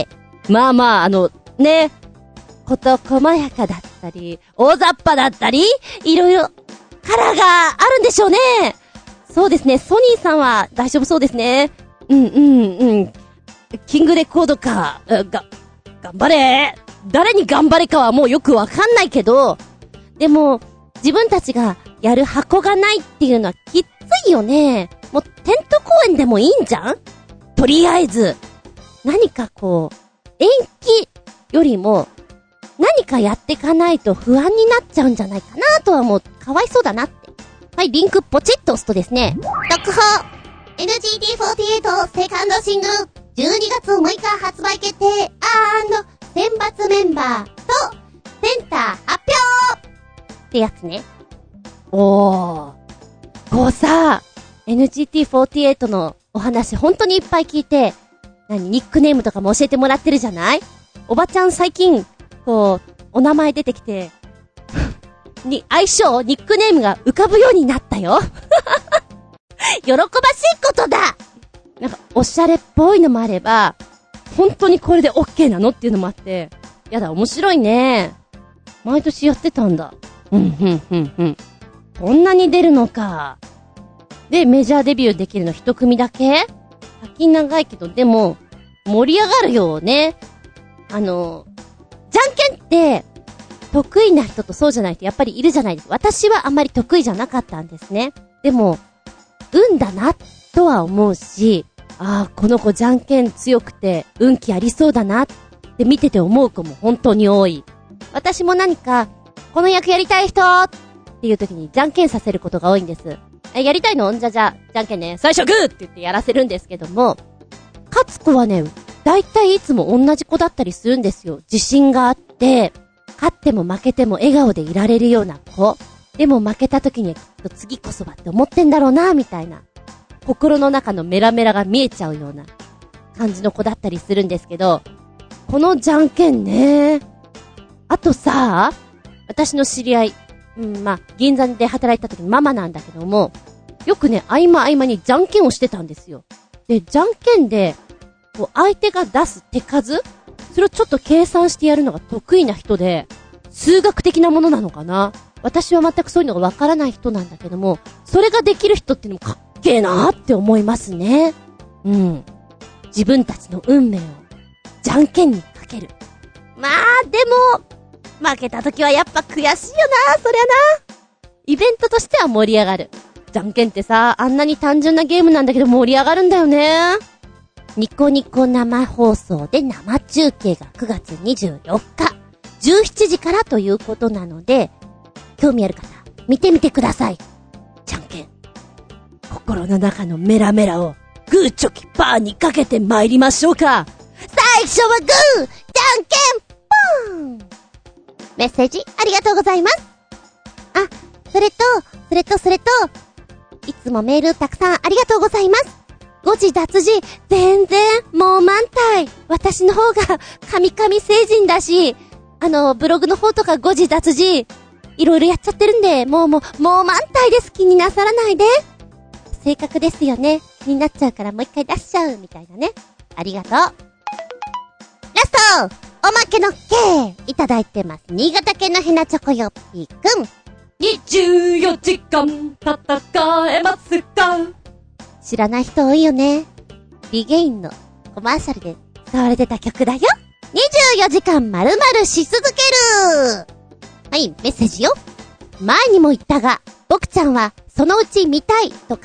まあまあ、あの、ね、こと細やかだったり、大雑把だったり、いろいろカラーがあるんでしょうね。そうですね、ソニーさんは大丈夫そうですね。うんうんうん。キングレコードか、が、頑張れ。誰に頑張れかはもうよくわかんないけど、でも、自分たちがやる箱がないっていうのはきついよね。もうテント公演でもいいんじゃん？とりあえず、何かこう、延期よりも、何かやってかないと不安になっちゃうんじゃないかなとはもう、かわいそうだなって。はい、リンクポチッと押すとですね、特報 エヌジーティーフォーティーエイト セカンドシングルじゅうにがつむいか発売決定&選抜メンバーとセンター発表ってやつね。おー。こうさ、エヌジーティーフォーティーエイト のお話本当にいっぱい聞いて、何、ニックネームとかも教えてもらってるじゃない？おばちゃん最近、こう、お名前出てきて、に、相性、ニックネームが浮かぶようになったよ。喜ばしいことだ！なんか、おしゃれっぽいのもあれば、本当にこれで OK なのっていうのもあって、やだ、面白いね。毎年やってたんだ。うん、うん、うん、うん。こんなに出るのか。で、メジャーデビューできるの一組だけ？先長いけど、でも、盛り上がるよね。あの、じゃんけんって、得意な人とそうじゃない人やっぱりいるじゃないですか。私はあんまり得意じゃなかったんですね。でも、運だな、とは思うし、ああ、この子じゃんけん強くて、運気ありそうだな、って見てて思う子も本当に多い。私も何か、この役やりたい人っていう時にじゃんけんさせることが多いんです。え、やりたいの？じゃじゃ、じゃんけんね。最初グーって言ってやらせるんですけども、勝つ子はね、だいたいいつも同じ子だったりするんですよ。自信があって、勝っても負けても笑顔でいられるような子。でも負けた時にはきっと次こそはって思ってんだろうな、みたいな。心の中のメラメラが見えちゃうような感じの子だったりするんですけど、このじゃんけんね。あとさ、私の知り合い、うん、まあ、銀座で働いた時にママなんだけども、よくね、合間合間にじゃんけんをしてたんですよ。で、じゃんけんで、こう、相手が出す手数？それをちょっと計算してやるのが得意な人で、数学的なものなのかな？私は全くそういうのがわからない人なんだけども、それができる人っていうのもかっけーなーって思いますね。うん。自分たちの運命を、じゃんけんにかける。まあ、でも、負けた時はやっぱ悔しいよな、そりゃな。イベントとしては盛り上がる。じゃんけんってさ、あんなに単純なゲームなんだけど盛り上がるんだよね。ニコニコ生放送で生中継がくがつにじゅうよっか、じゅうしちじからということなので、興味ある方、見てみてください。じゃんけん。心の中のメラメラをグーチョキパーにかけて参りましょうか。最初はグー、じゃんけんポン。メッセージありがとうございます。あ、それと、それとそれと、いつもメールたくさんありがとうございます。誤字脱字、全然、もう満体。私の方が、神々成人だし、あの、ブログの方とか誤字脱字、いろいろやっちゃってるんで、もうもう、もう満体です。気になさらないで。正確ですよね。気になっちゃうからもう一回出しちゃう、みたいなね。ありがとう。ラストおまけの K いただいてます。新潟県のヘナチョコヨッピーくん。 にじゅうよじかん戦えますか？ 知らない人多いよね。リゲインのコマーシャルで使われてた曲だよ。にじゅうよじかん丸々し続ける。はい、メッセージよ。前にも言ったが、僕ちゃんはそのうち見たいとか、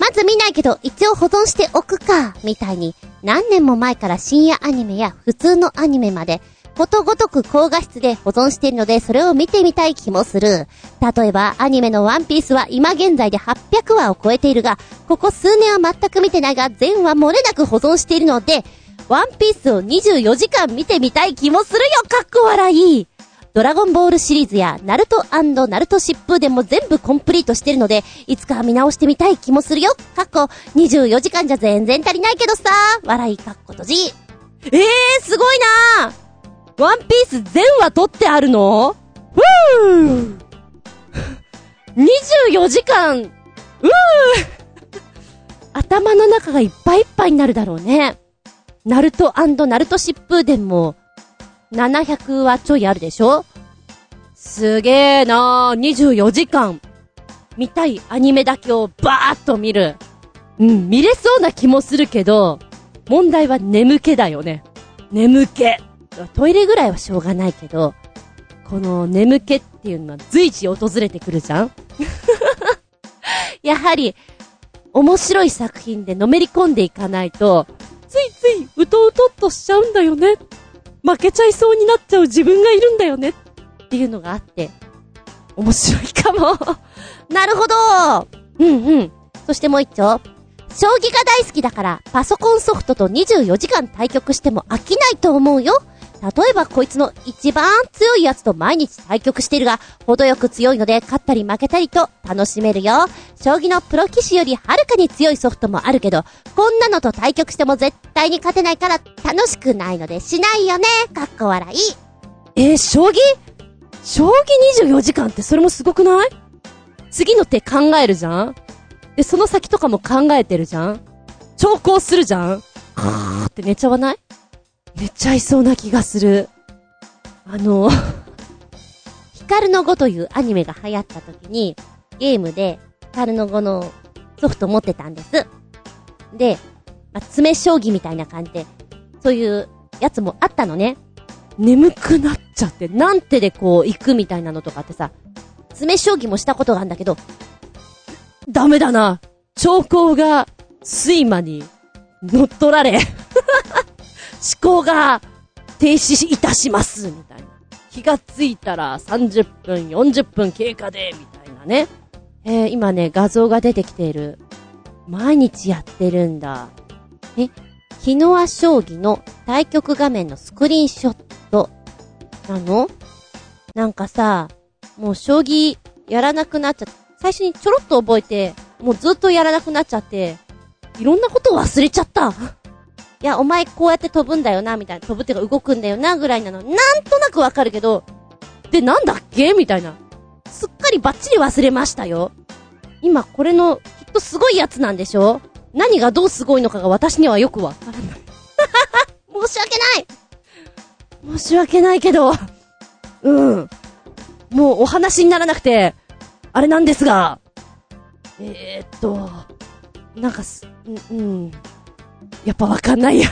まず見ないけど一応保存しておくか、みたいに何年も前から深夜アニメや普通のアニメまでことごとく高画質で保存しているので、それを見てみたい気もする。例えばアニメのワンピースは今現在ではっぴゃくわを超えているが、ここ数年は全く見てないが全話漏れなく保存しているので、ワンピースをにじゅうよじかん見てみたい気もするよ。かっこ笑い。ドラゴンボールシリーズやナルト&ナルト疾風でも全部コンプリートしてるので、いつか見直してみたい気もするよ。かっこにじゅうよじかんじゃ全然足りないけどさ。笑いかっこ閉じ。えー、すごいなー。ワンピース全話撮ってあるの？ふぅにじゅうよじかん、うー頭の中がいっぱいいっぱいになるだろうね。ナルト&ナルト疾風伝もななひゃくわちょいあるでしょ？すげーなー。にじゅうよじかん見たいアニメだけをバーッと見る。うん、見れそうな気もするけど、問題は眠気だよね。眠気。トイレぐらいはしょうがないけど、この眠気っていうのは随時訪れてくるじゃんやはり面白い作品でのめり込んでいかないと、ついついうとうとっとしちゃうんだよね。負けちゃいそうになっちゃう自分がいるんだよねっていうのがあって、面白いかもなるほど。うんうん。そしてもう一丁、将棋が大好きだからパソコンソフトとにじゅうよじかん対局しても飽きないと思うよ。例えばこいつの一番強いやつと毎日対局してるが、程よく強いので勝ったり負けたりと楽しめるよ。将棋のプロ棋士よりはるかに強いソフトもあるけど、こんなのと対局しても絶対に勝てないから楽しくないのでしないよね。かっこ笑い。えー、将棋将棋にじゅうよじかんってそれもすごくない？次の手考えるじゃん。で、その先とかも考えてるじゃん。長考するじゃん。はーって寝ちゃわない？寝ちゃいそうな気がする。あのヒカルの碁というアニメが流行った時に、ゲームでヒカルの碁のソフト持ってたんです。で、まあ、詰将棋みたいな感じで、そういうやつもあったのね。眠くなっちゃって、何手でこう行くみたいなのとかってさ、詰将棋もしたことがあるんだけど、ダメだな。長考が睡魔に乗っ取られ思考が停止いたしますみたいな。気がついたらさんじゅっぷんよんじゅっぷん経過でみたいなね。えー、今ね画像が出てきている。毎日やってるんだ。え、キノア将棋の対局画面のスクリーンショットなの？なんかさ、もう将棋やらなくなっちゃって、最初にちょろっと覚えて、もうずっとやらなくなっちゃって、いろんなことを忘れちゃったいや、お前こうやって飛ぶんだよな、みたいな。飛ぶってか動くんだよな、ぐらいなの。なんとなくわかるけど、で、なんだっけみたいな。すっかりバッチリ忘れましたよ。今これの、きっとすごいやつなんでしょ？何がどうすごいのかが私にはよくわからない。申し訳ない申し訳ないけど、うん。もうお話にならなくて、あれなんですが、えーっと、なんかす、うん、うん。やっぱわかんないや。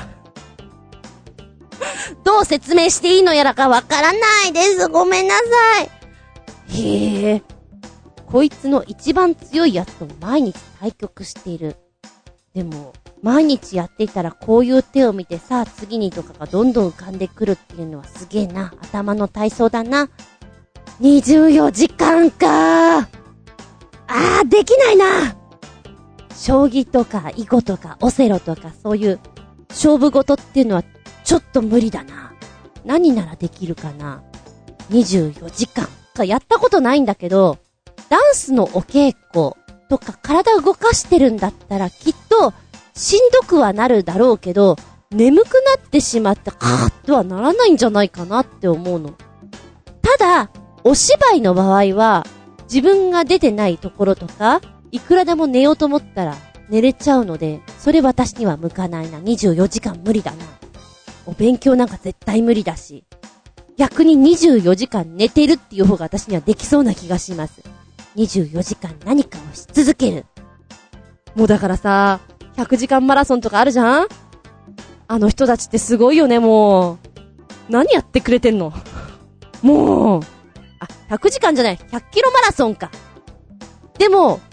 どう説明していいのやらかわからないです。ごめんなさい。へえ。こいつの一番強いやつと毎日対局している。でも、毎日やっていたらこういう手を見てさあ次にとかがどんどん浮かんでくるっていうのはすげえな。頭の体操だな。にじゅうよじかんかー。あー、できないな。将棋とか囲碁とかオセロとかそういう勝負事っていうのはちょっと無理だな。何ならできるかな。にじゅうよじかんかやったことないんだけど、ダンスのお稽古とか体を動かしてるんだったらきっとしんどくはなるだろうけど、眠くなってしまってカーッとはならないんじゃないかなって思うの。ただお芝居の場合は自分が出てないところとかいくらでも寝ようと思ったら寝れちゃうので、それ私には向かないな。にじゅうよじかん無理だな。お勉強なんか絶対無理だし、逆ににじゅうよじかん寝てるっていう方が私にはできそうな気がします。にじゅうよじかん何かをし続ける。もうだからさ、ひゃくじかんマラソンとかあるじゃん？あの人たちってすごいよね、もう。何やってくれてんの？もう。あ、ひゃくじかんじゃない、ひゃっキロマラソンか。でも、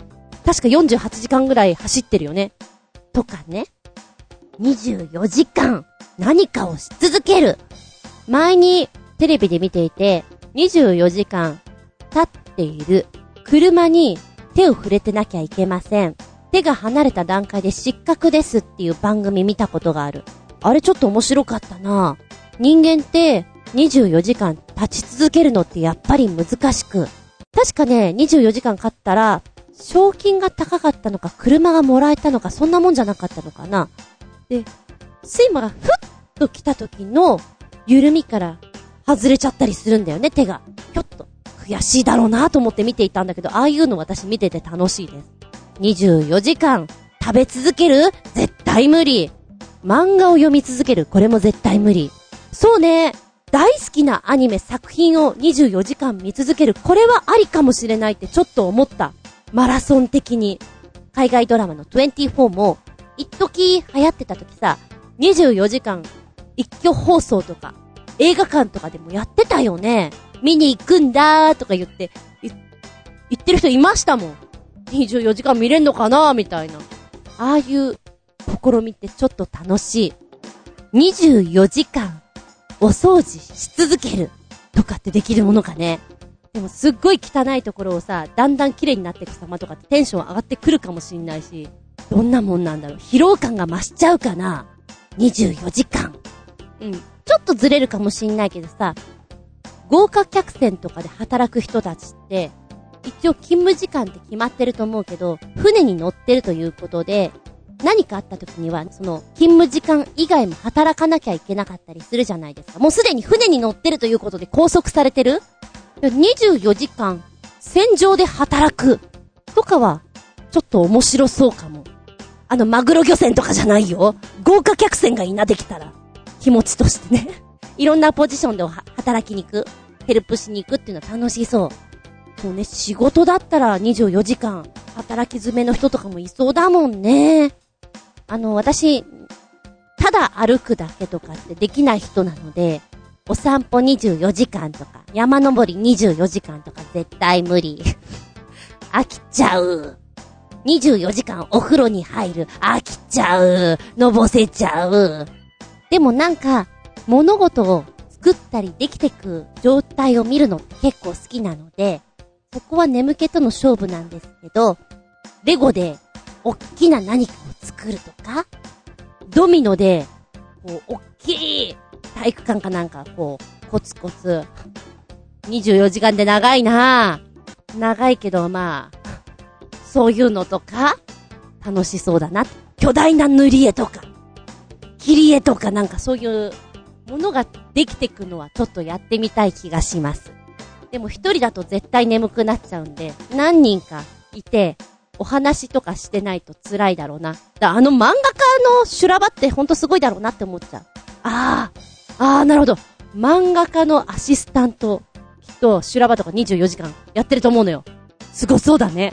確かよんじゅうはちじかんぐらい走ってるよね。とかね。にじゅうよじかん何かをし続ける。前にテレビで見ていて、にじゅうよじかん経っている車に手を触れてなきゃいけません。手が離れた段階で失格ですっていう番組見たことがある。あれちょっと面白かったな。人間ってにじゅうよじかん立ち続けるのってやっぱり難しく。確かね、にじゅうよじかん勝ったら、賞金が高かったのか、車がもらえたのか、そんなもんじゃなかったのかな。で、睡魔がふっと来た時の緩みから外れちゃったりするんだよね、手が。ひょっと。悔しいだろうなと思って見ていたんだけど、ああいうの私見てて楽しいです。にじゅうよじかん食べ続ける？絶対無理。漫画を読み続ける？これも絶対無理。そうね。大好きなアニメ作品をにじゅうよじかん見続ける。これはありかもしれないってちょっと思った。マラソン的に。海外ドラマのにじゅうよんも、一時流行ってた時さ、にじゅうよじかん一挙放送とか、映画館とかでもやってたよね。見に行くんだーとか言って、言ってる人いましたもん。にじゅうよじかん見れんのかなーみたいな。ああいう試みってちょっと楽しい。にじゅうよじかんお掃除し続けるとかってできるものかね。でもすっごい汚いところをさ、だんだん綺麗になっていく様とかってテンション上がってくるかもしんないし、どんなもんなんだろう。疲労感が増しちゃうかな。にじゅうよじかん。うん。ちょっとずれるかもしんないけどさ、豪華客船とかで働く人たちって、一応勤務時間って決まってると思うけど、船に乗ってるということで、何かあった時には、その、勤務時間以外も働かなきゃいけなかったりするじゃないですか。もうすでに船に乗ってるということで拘束されてる？にじゅうよじかん、船上で働くとかは、ちょっと面白そうかも。あの、マグロ漁船とかじゃないよ。豪華客船がいなできたら、気持ちとしてね。いろんなポジションで働きに行く、ヘルプしに行くっていうのは楽しそう。そうね、仕事だったらにじゅうよじかん、働き詰めの人とかもいそうだもんね。あの、私、ただ歩くだけとかってできない人なので、お散歩にじゅうよじかんとか、山登りにじゅうよじかんとか絶対無理。飽きちゃう。にじゅうよじかんお風呂に入る。飽きちゃう。のぼせちゃう。でもなんか、物事を作ったりできてく状態を見るのって結構好きなので、そこは眠気との勝負なんですけど、レゴでおっきな何かを作るとか、ドミノで、こう、おっきい体育館かなんか、こう、コツコツ。にじゅうよじかんで長いなぁ。長いけど、まあ、そういうのとか、楽しそうだな。巨大な塗り絵とか、切り絵とかなんかそういうものができてくのはちょっとやってみたい気がします。でも一人だと絶対眠くなっちゃうんで、何人かいて、お話とかしてないと辛いだろうな。だあの漫画家の修羅場ってほんとすごいだろうなって思っちゃう。ああ、ああ、なるほど。漫画家のアシスタント、きっと修羅場とかにじゅうよじかんやってると思うのよ。すごそうだね。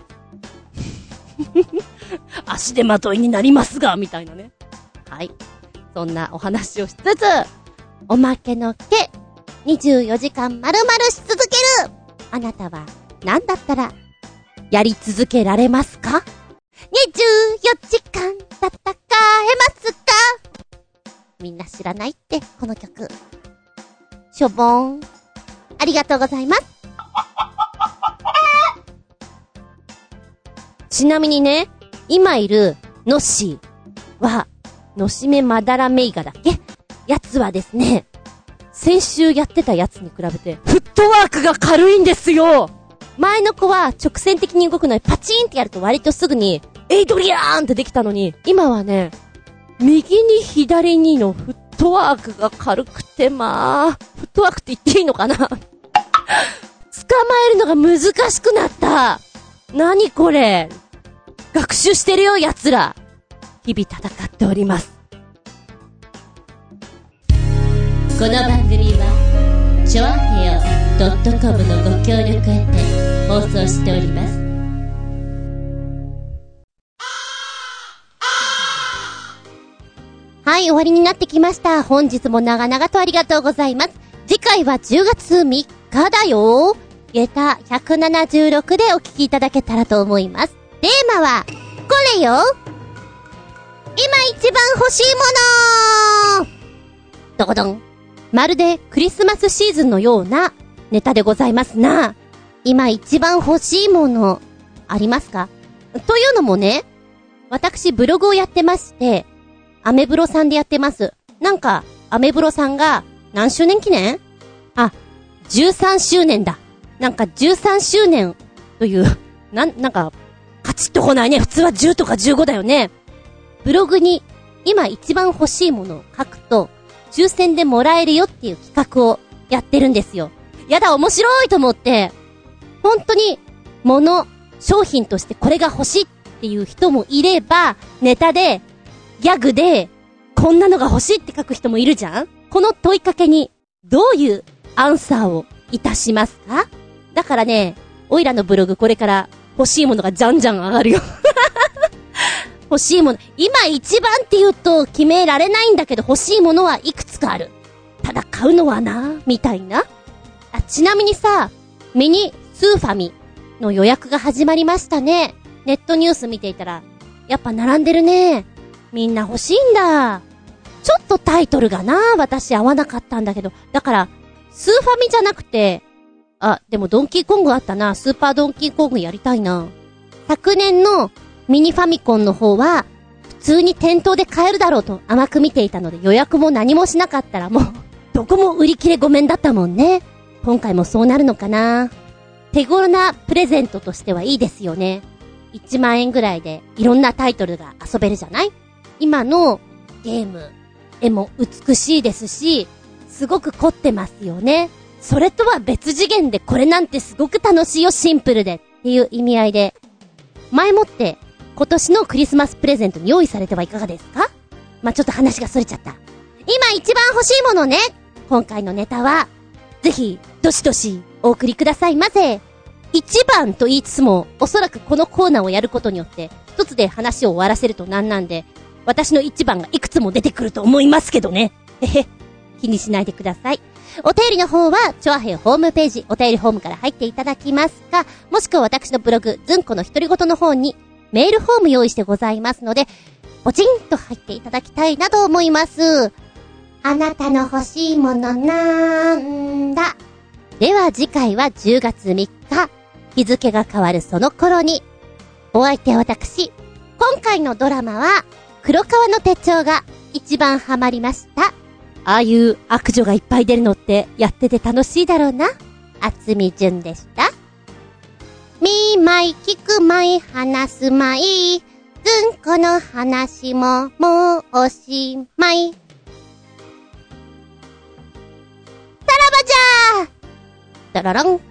足手まといになりますが、みたいなね。はい。そんなお話をしつつ、おまけのけ、にじゅうよじかん丸々し続ける。あなたは何だったらやり続けられますか？ にじゅうよ 時間戦えますか？みんな知らないって、この曲。しょぼーん。ありがとうございます。ちなみにね、今いるノッシーは、ノシメマダラメイガだっけ？やつはですね、先週やってたやつに比べて、フットワークが軽いんですよ。前の子は直線的に動くのにパチンってやると割とすぐに、エイドリアーンってできたのに、今はね、右に左にのフットワークが軽くて、まあ、フットワークって言っていいのかな？捕まえるのが難しくなった。何これ？学習してるよ、奴ら。日々戦っております。 この番組はチョアヘオ .com のご協力へて放送しております。 はい、終わりになってきました。本日も長々とありがとうございます。次回はじゅうがつみっかだよ。下駄ひゃくななじゅうろくでお聞きいただけたらと思います。テーーマは、これよ。今一番欲しいものどこどん。まるでクリスマスシーズンのようなネタでございますな。今一番欲しいもの、ありますか？というのもね、私ブログをやってまして、アメブロさんでやってます。なんか、アメブロさんが、何周年記念？あ、じゅうさんしゅうねんだ。なんかじゅうさんしゅうねんという、なん、なんか、カチッとこないね。普通はじゅうとかじゅうごだよね。ブログに、今一番欲しいものを書くと、抽選でもらえるよっていう企画をやってるんですよ。やだ、面白いと思って、本当に、物、商品としてこれが欲しいっていう人もいれば、ネタで、ギャグで、こんなのが欲しいって書く人もいるじゃん？この問いかけに、どういうアンサーをいたしますか？だからね、オイラのブログこれから欲しいものがじゃんじゃん上がるよ。欲しいもの、今一番って言うと決められないんだけど欲しいものはいくつかある。ただ買うのはな、みたいな。あ、ちなみにさ、ミニスーファミの予約が始まりましたね。ネットニュース見ていたら、やっぱ並んでるね。みんな欲しいんだ。ちょっとタイトルがな、私合わなかったんだけど、だから、スーファミじゃなくて、あ、でもドンキーコングあったな。スーパードンキーコングやりたいな。昨年のミニファミコンの方は、普通に店頭で買えるだろうと甘く見ていたので予約も何もしなかったらもう、どこも売り切れごめんだったもんね。今回もそうなるのかな。手頃なプレゼントとしてはいいですよね。いちまんえんぐらいでいろんなタイトルが遊べるじゃない？今のゲーム、絵も美しいですし、すごく凝ってますよね。それとは別次元でこれなんてすごく楽しいよ、シンプルでっていう意味合いで、前もって今年のクリスマスプレゼントに用意されてはいかがですか？まあ、ちょっと話が逸れちゃった。今一番欲しいものね。今回のネタはぜひどしどしお送りくださいませ。一番と言いつつもおそらくこのコーナーをやることによって一つで話を終わらせるとなんなんで、私の一番がいくつも出てくると思いますけどね。へへ、気にしないでください。お便りの方はチョアヘイホームページお便りホームから入っていただきますか、もしくは私のブログズンコの独り言の方にメールフォーム用意してございますので、ポチンと入っていただきたいなと思います。あなたの欲しいものなんだ。では次回はじゅうがつみっか、日付が変わるその頃に。お相手は私。今回のドラマは黒革の手帳が一番ハマりました。ああいう悪女がいっぱい出るのってやってて楽しいだろうな。あつみじゅんでした。みまい聞くまい話すまい、ずんこの話ももうおしまい。さらばじゃーだららん。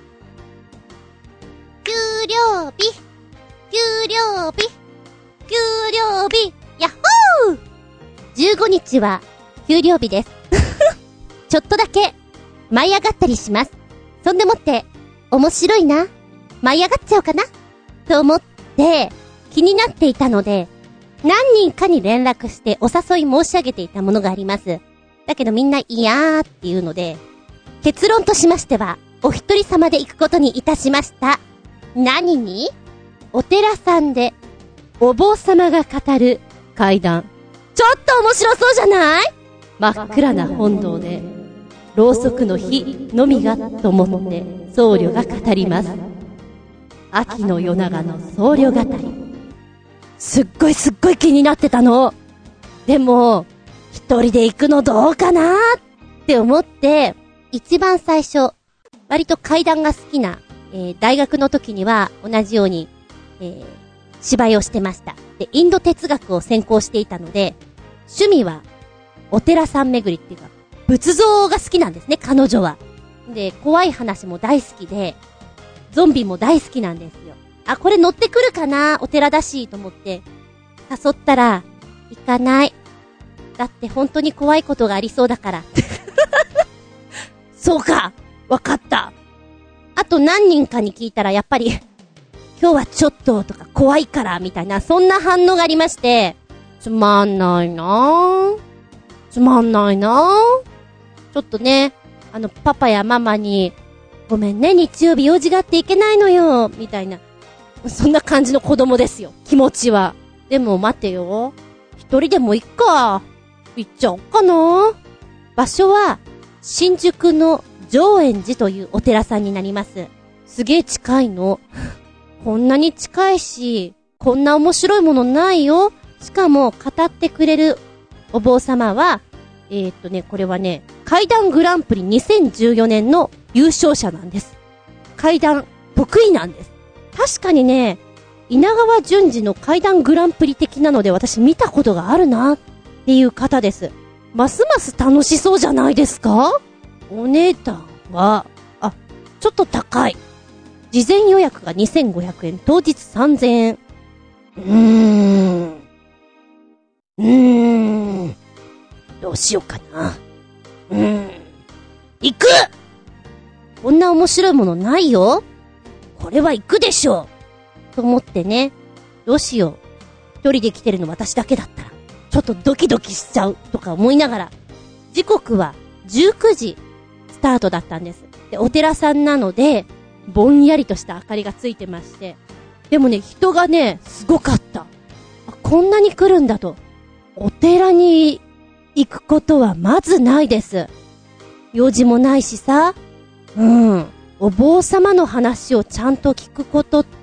給料日給料日給料日やっほーじゅうごにちは給料日ですちょっとだけ舞い上がったりします。そんでもって面白いな、舞い上がっちゃおうかなと思って気になっていたので、何人かに連絡してお誘い申し上げていたものがあります。だけどみんないやーっていうので、結論としましてはお一人様で行くことにいたしました。何に？お寺さんでお坊様が語る怪談。ちょっと面白そうじゃない？真っ暗な本堂でろうそくの火のみがと思って僧侶が語ります。秋の夜長の僧侶語り。すっごいすっごい気になってたの。でも一人で行くのどうかなって思って、一番最初割と怪談が好きな、えー、大学の時には同じように、えー、芝居をしてました。で、インド哲学を専攻していたので、趣味はお寺さん巡りっていうか仏像が好きなんですね、彼女は。で、怖い話も大好きで、ゾンビも大好きなんですよ。あ、これ乗ってくるかな、お寺だしと思って誘ったら、行かない。だって本当に怖いことがありそうだからそうか、わかった。あと何人かに聞いたらやっぱり今日はちょっととか怖いからみたいな、そんな反応がありまして、つまんないなぁつまんないなぁちょっとね、あのパパやママにごめんね、日曜日用事があっていけないのよみたいなそんな感じの子供ですよ、気持ちは。でも待てよ。一人でも行っか。行っちゃおっかな。場所は、新宿の上円寺というお寺さんになります。すげえ近いの。こんなに近いし、こんな面白いものないよ。しかも、語ってくれるお坊様は、えー、っとね、これはね、怪談グランプリにせんじゅうよねんの優勝者なんです。怪談得意なんです。確かにね、稲川淳二の怪談グランプリ的なので私見たことがあるなっていう方です。ますます楽しそうじゃないですか？お値段は、あ、ちょっと高い。事前予約がにせんごひゃくえん、当日さんぜんえん。うーん。うーん。どうしようかな。うーん。行く！こんな面白いものないよ。これは行くでしょうと思ってね。どうしよう。一人で来てるの私だけだったら、ちょっとドキドキしちゃうとか思いながら、時刻はじゅうくじスタートだったんです。で、お寺さんなので、ぼんやりとした明かりがついてまして。でもね、人がね、すごかった。あ、こんなに来るんだと。お寺に行くことはまずないです。用事もないしさ。うん。お坊様の話をちゃんと聞くことって、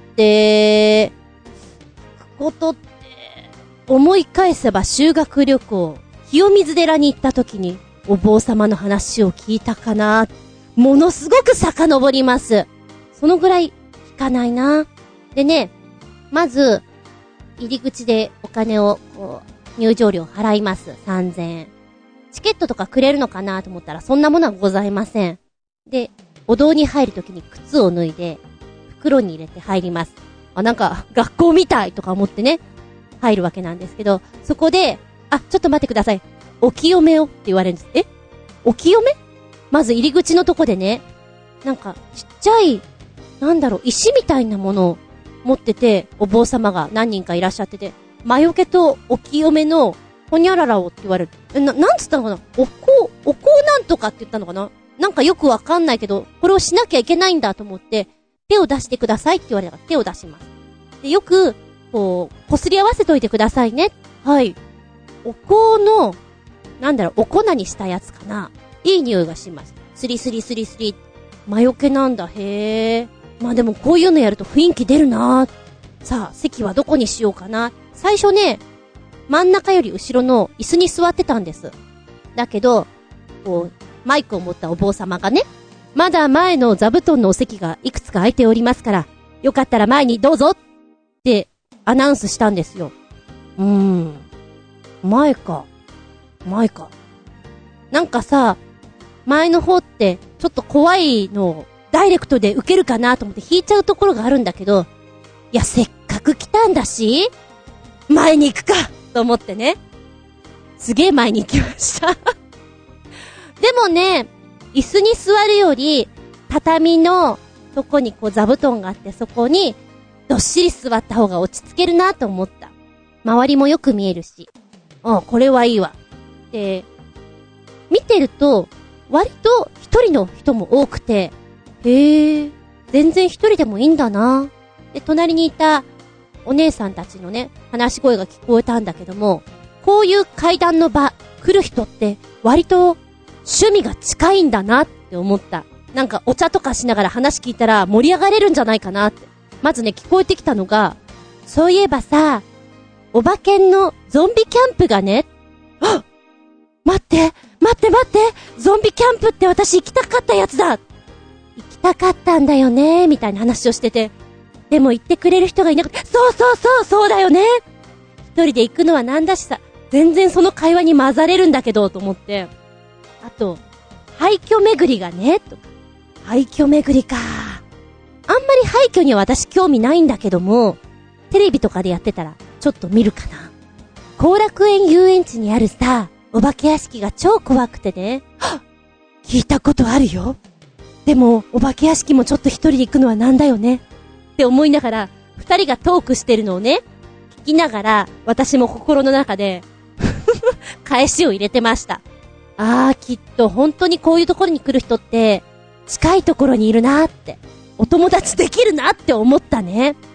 聞くことって、思い返せば修学旅行、清水寺に行った時にお坊様の話を聞いたかな。ものすごく遡ります。そのぐらい聞かないな。でね、まず、入り口でお金を、こう、入場料払います。さんぜんえん。チケットとかくれるのかなと思ったらそんなものはございません。で、お堂に入るときに靴を脱いで、袋に入れて入ります。あ、なんか、学校みたいとか思ってね、入るわけなんですけど、そこで、あ、ちょっと待ってください。お清めをって言われるんです。え？お清め？まず入り口のとこでね、なんか、ちっちゃい、なんだろう、石みたいなものを持ってて、お坊様が何人かいらっしゃってて、魔除けとお清めの、ほにゃららをって言われる。え、な、なんつったのかな？おこう、おこうなんとかって言ったのかな？なんかよくわかんないけど、これをしなきゃいけないんだと思って、手を出してくださいって言われたから手を出します。で、よく、こう、こすり合わせといてくださいね。はい。お香の、なんだろう、お粉にしたやつかな。いい匂いがします。スリスリスリスリ。魔除けなんだ、へえ。まあでもこういうのやると雰囲気出るな。さあ、席はどこにしようかな。最初ね、真ん中より後ろの椅子に座ってたんです。だけど、こう、マイクを持ったお坊様がね、まだ前の座布団のお席がいくつか空いておりますから、よかったら前にどうぞってアナウンスしたんですよ。うーん。前か。前か。なんかさ、前の方ってちょっと怖いのをダイレクトで受けるかなと思って引いちゃうところがあるんだけど、いや、せっかく来たんだし、前に行くかと思ってね。すげえ前に行きました。でもね、椅子に座るより、畳のとこにこう座布団があって、そこにどっしり座った方が落ち着けるなと思った。周りもよく見えるし。あ、これはいいわ。で、見てると、割と一人の人も多くて、へえ、全然一人でもいいんだな。で、隣にいたお姉さんたちのね、話し声が聞こえたんだけども、こういう階段の場、来る人って割と趣味が近いんだなって思った。なんかお茶とかしながら話聞いたら盛り上がれるんじゃないかなって。まずね、聞こえてきたのが、そういえばさ、おばけんのゾンビキャンプがね、あ、待って、待って待って、ゾンビキャンプって私行きたかったやつだ。行きたかったんだよね、みたいな話をしてて、でも行ってくれる人がいなくて、そうそうそう、そうだよね。一人で行くのはなんだしさ、全然その会話に混ざれるんだけど、と思って。あと、廃墟巡りがね、とか。廃墟巡りか。あんまり廃墟には私興味ないんだけども、テレビとかでやってたら、ちょっと見るかな。後楽園遊園地にあるさ、お化け屋敷が超怖くてね。はっ、聞いたことあるよ。でも、お化け屋敷もちょっと一人で行くのはなんだよね。って思いながら、二人がトークしてるのをね、聞きながら、私も心の中で、返しを入れてました。あー、きっと本当にこういうところに来る人って、近いところにいるなーって、お友達できるなって思ったね。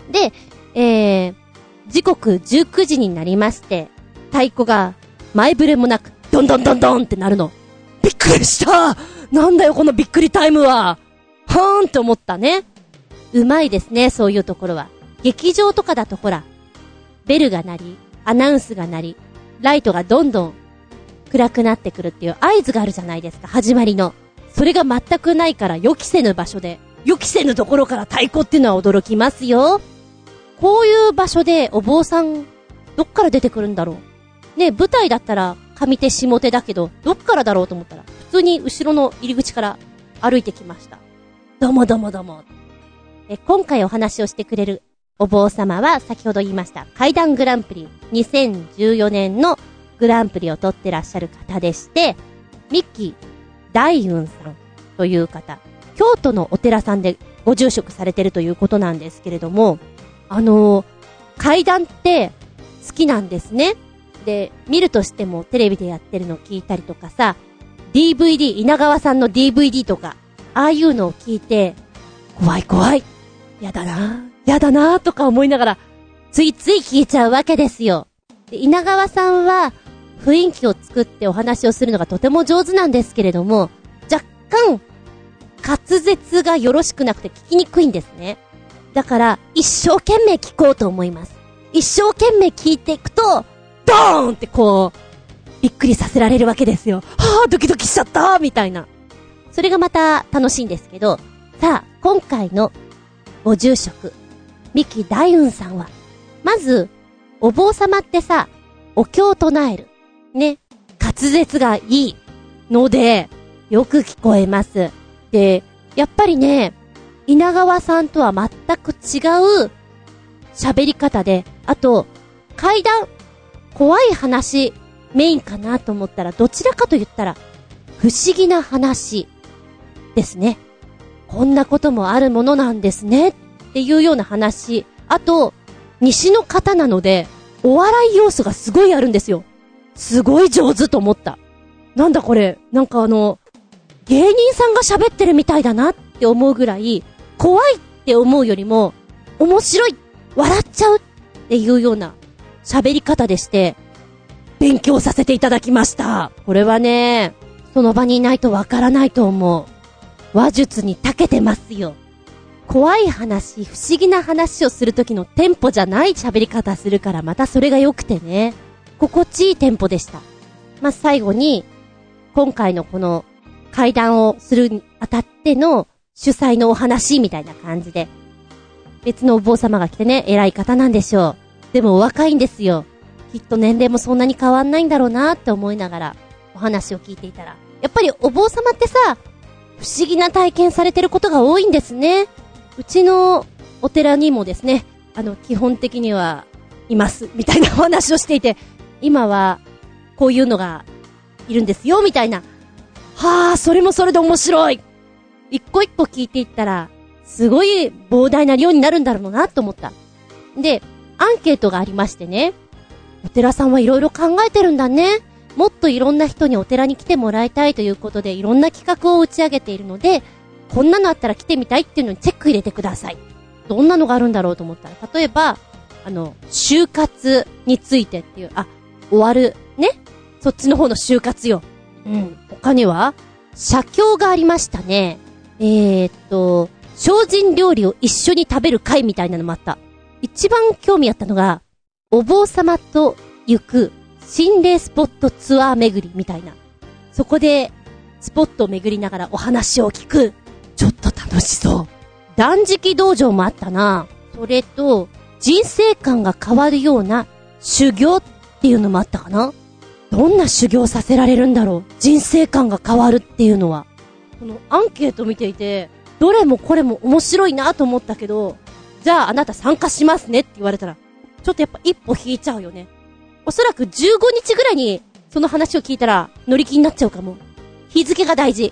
で、えー、時刻じゅうくじになりまして、太鼓が前触れもなく、ドンドンドンドンってなるの。びっくりした!なんだよこのびっくりタイムは!はーんって思ったね。うまいですね、そういうところは。劇場とかだとほら、ベルが鳴り、アナウンスが鳴り、ライトがどんどん暗くなってくるっていう合図があるじゃないですか、始まりの。それが全くないから予期せぬ場所で、予期せぬところから太鼓っていうのは驚きますよ。こういう場所でお坊さん、どっから出てくるんだろう。ね、舞台だったら上手下手だけど、どっからだろうと思ったら、普通に後ろの入り口から歩いてきました。どうもどうもどうも。え、今回お話をしてくれるお坊様は先ほど言いました怪談グランプリにせんじゅうよねんのグランプリを取ってらっしゃる方でして、三木大雲さんという方、京都のお寺さんでご住職されてるということなんですけれども、あのー、怪談って好きなんですね。で、見るとしてもテレビでやってるのを聞いたりとかさ、ディーブイディー、稲川さんの ディーブイディー とか、ああいうのを聞いて、怖い怖い、やだな、やだなとか思いながら、ついつい聞いちゃうわけですよ。で、稲川さんは雰囲気を作ってお話をするのがとても上手なんですけれども、若干滑舌がよろしくなくて聞きにくいんですね。だから一生懸命聞こうと思います。一生懸命聞いていくと、ドーンってこうびっくりさせられるわけですよ。はぁ、ドキドキしちゃったみたいな。それがまた楽しいんですけど、さあ今回のご住職三木大雲さんは、まずお坊様ってさ、お経を唱えるね、滑舌がいいのでよく聞こえます。で、やっぱりね、稲川さんとは全く違う喋り方で、あと怪談、怖い話メインかなと思ったら、どちらかと言ったら不思議な話ですね。こんなこともあるものなんですねっていうような話。あと西の方なのでお笑い要素がすごいあるんですよ。すごい上手と思った。なんだこれ、なんかあの芸人さんが喋ってるみたいだなって思うぐらい、怖いって思うよりも面白い、笑っちゃうっていうような喋り方でして、勉強させていただきました。これはね、その場にいないとわからないと思う。話術に長けてますよ。怖い話、不思議な話をする時のテンポじゃない喋り方するから、またそれが良くてね、心地いいテンポでした。まあ、最後に今回のこの会談をするにあたっての主催のお話みたいな感じで、別のお坊様が来てね、偉い方なんでしょう。でもお若いんですよ。きっと年齢もそんなに変わんないんだろうなって思いながらお話を聞いていたら、やっぱりお坊様ってさ、不思議な体験されてることが多いんですね。うちのお寺にもですね、あの基本的にはいますみたいなお話をしていて、今はこういうのがいるんですよみたいな。はあ、それもそれで面白い。一個一個聞いていったらすごい膨大な量になるんだろうなと思った。で、アンケートがありましてね、お寺さんはいろいろ考えてるんだね。もっといろんな人にお寺に来てもらいたいということで、いろんな企画を打ち上げているので、こんなのあったら来てみたいっていうのにチェック入れてください。どんなのがあるんだろうと思ったら、例えばあの就活についてっていう、あ、終わるね、そっちの方の就活よ。うん。他には写経がありましたね。えーっと精進料理を一緒に食べる会みたいなのもあった。一番興味あったのが、お坊様と行く心霊スポットツアー巡りみたいな。そこでスポットを巡りながらお話を聞く。ちょっと楽しそう。断食道場もあったな。それと人生観が変わるような修行っていうのもあったかな。どんな修行させられるんだろう。人生観が変わるっていうのは。このアンケート見ていて、どれもこれも面白いなと思ったけど、じゃああなた参加しますねって言われたら、ちょっとやっぱ一歩引いちゃうよね。おそらくじゅうごにちぐらいにその話を聞いたら乗り気になっちゃうかも。日付が大事。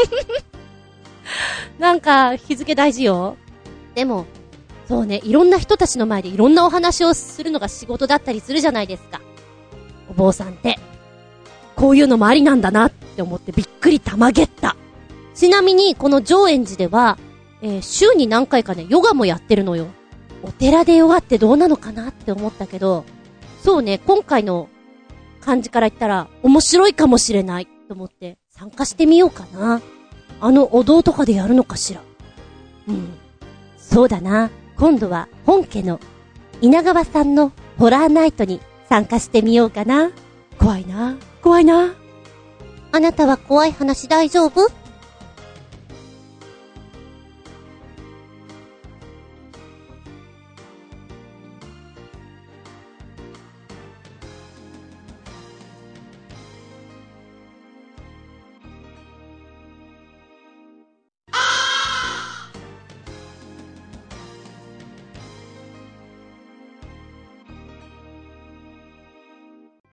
なんか日付大事よ。でもそうね、いろんな人たちの前でいろんなお話をするのが仕事だったりするじゃないですか。お坊さんってこういうのもありなんだなって思ってびっくりたまげった。ちなみにこの上円寺では、えー、週に何回かねヨガもやってるのよ。 お寺でヨガってどうなのかなって思ったけど、そうね、今回の感じから言ったら面白いかもしれないと思って参加してみようかな。あのお堂とかでやるのかしら。うん。そうだな。今度は本家の稲川さんのホラーナイトに参加してみようかな。怖いな。怖いな。あなたは怖い話大丈夫？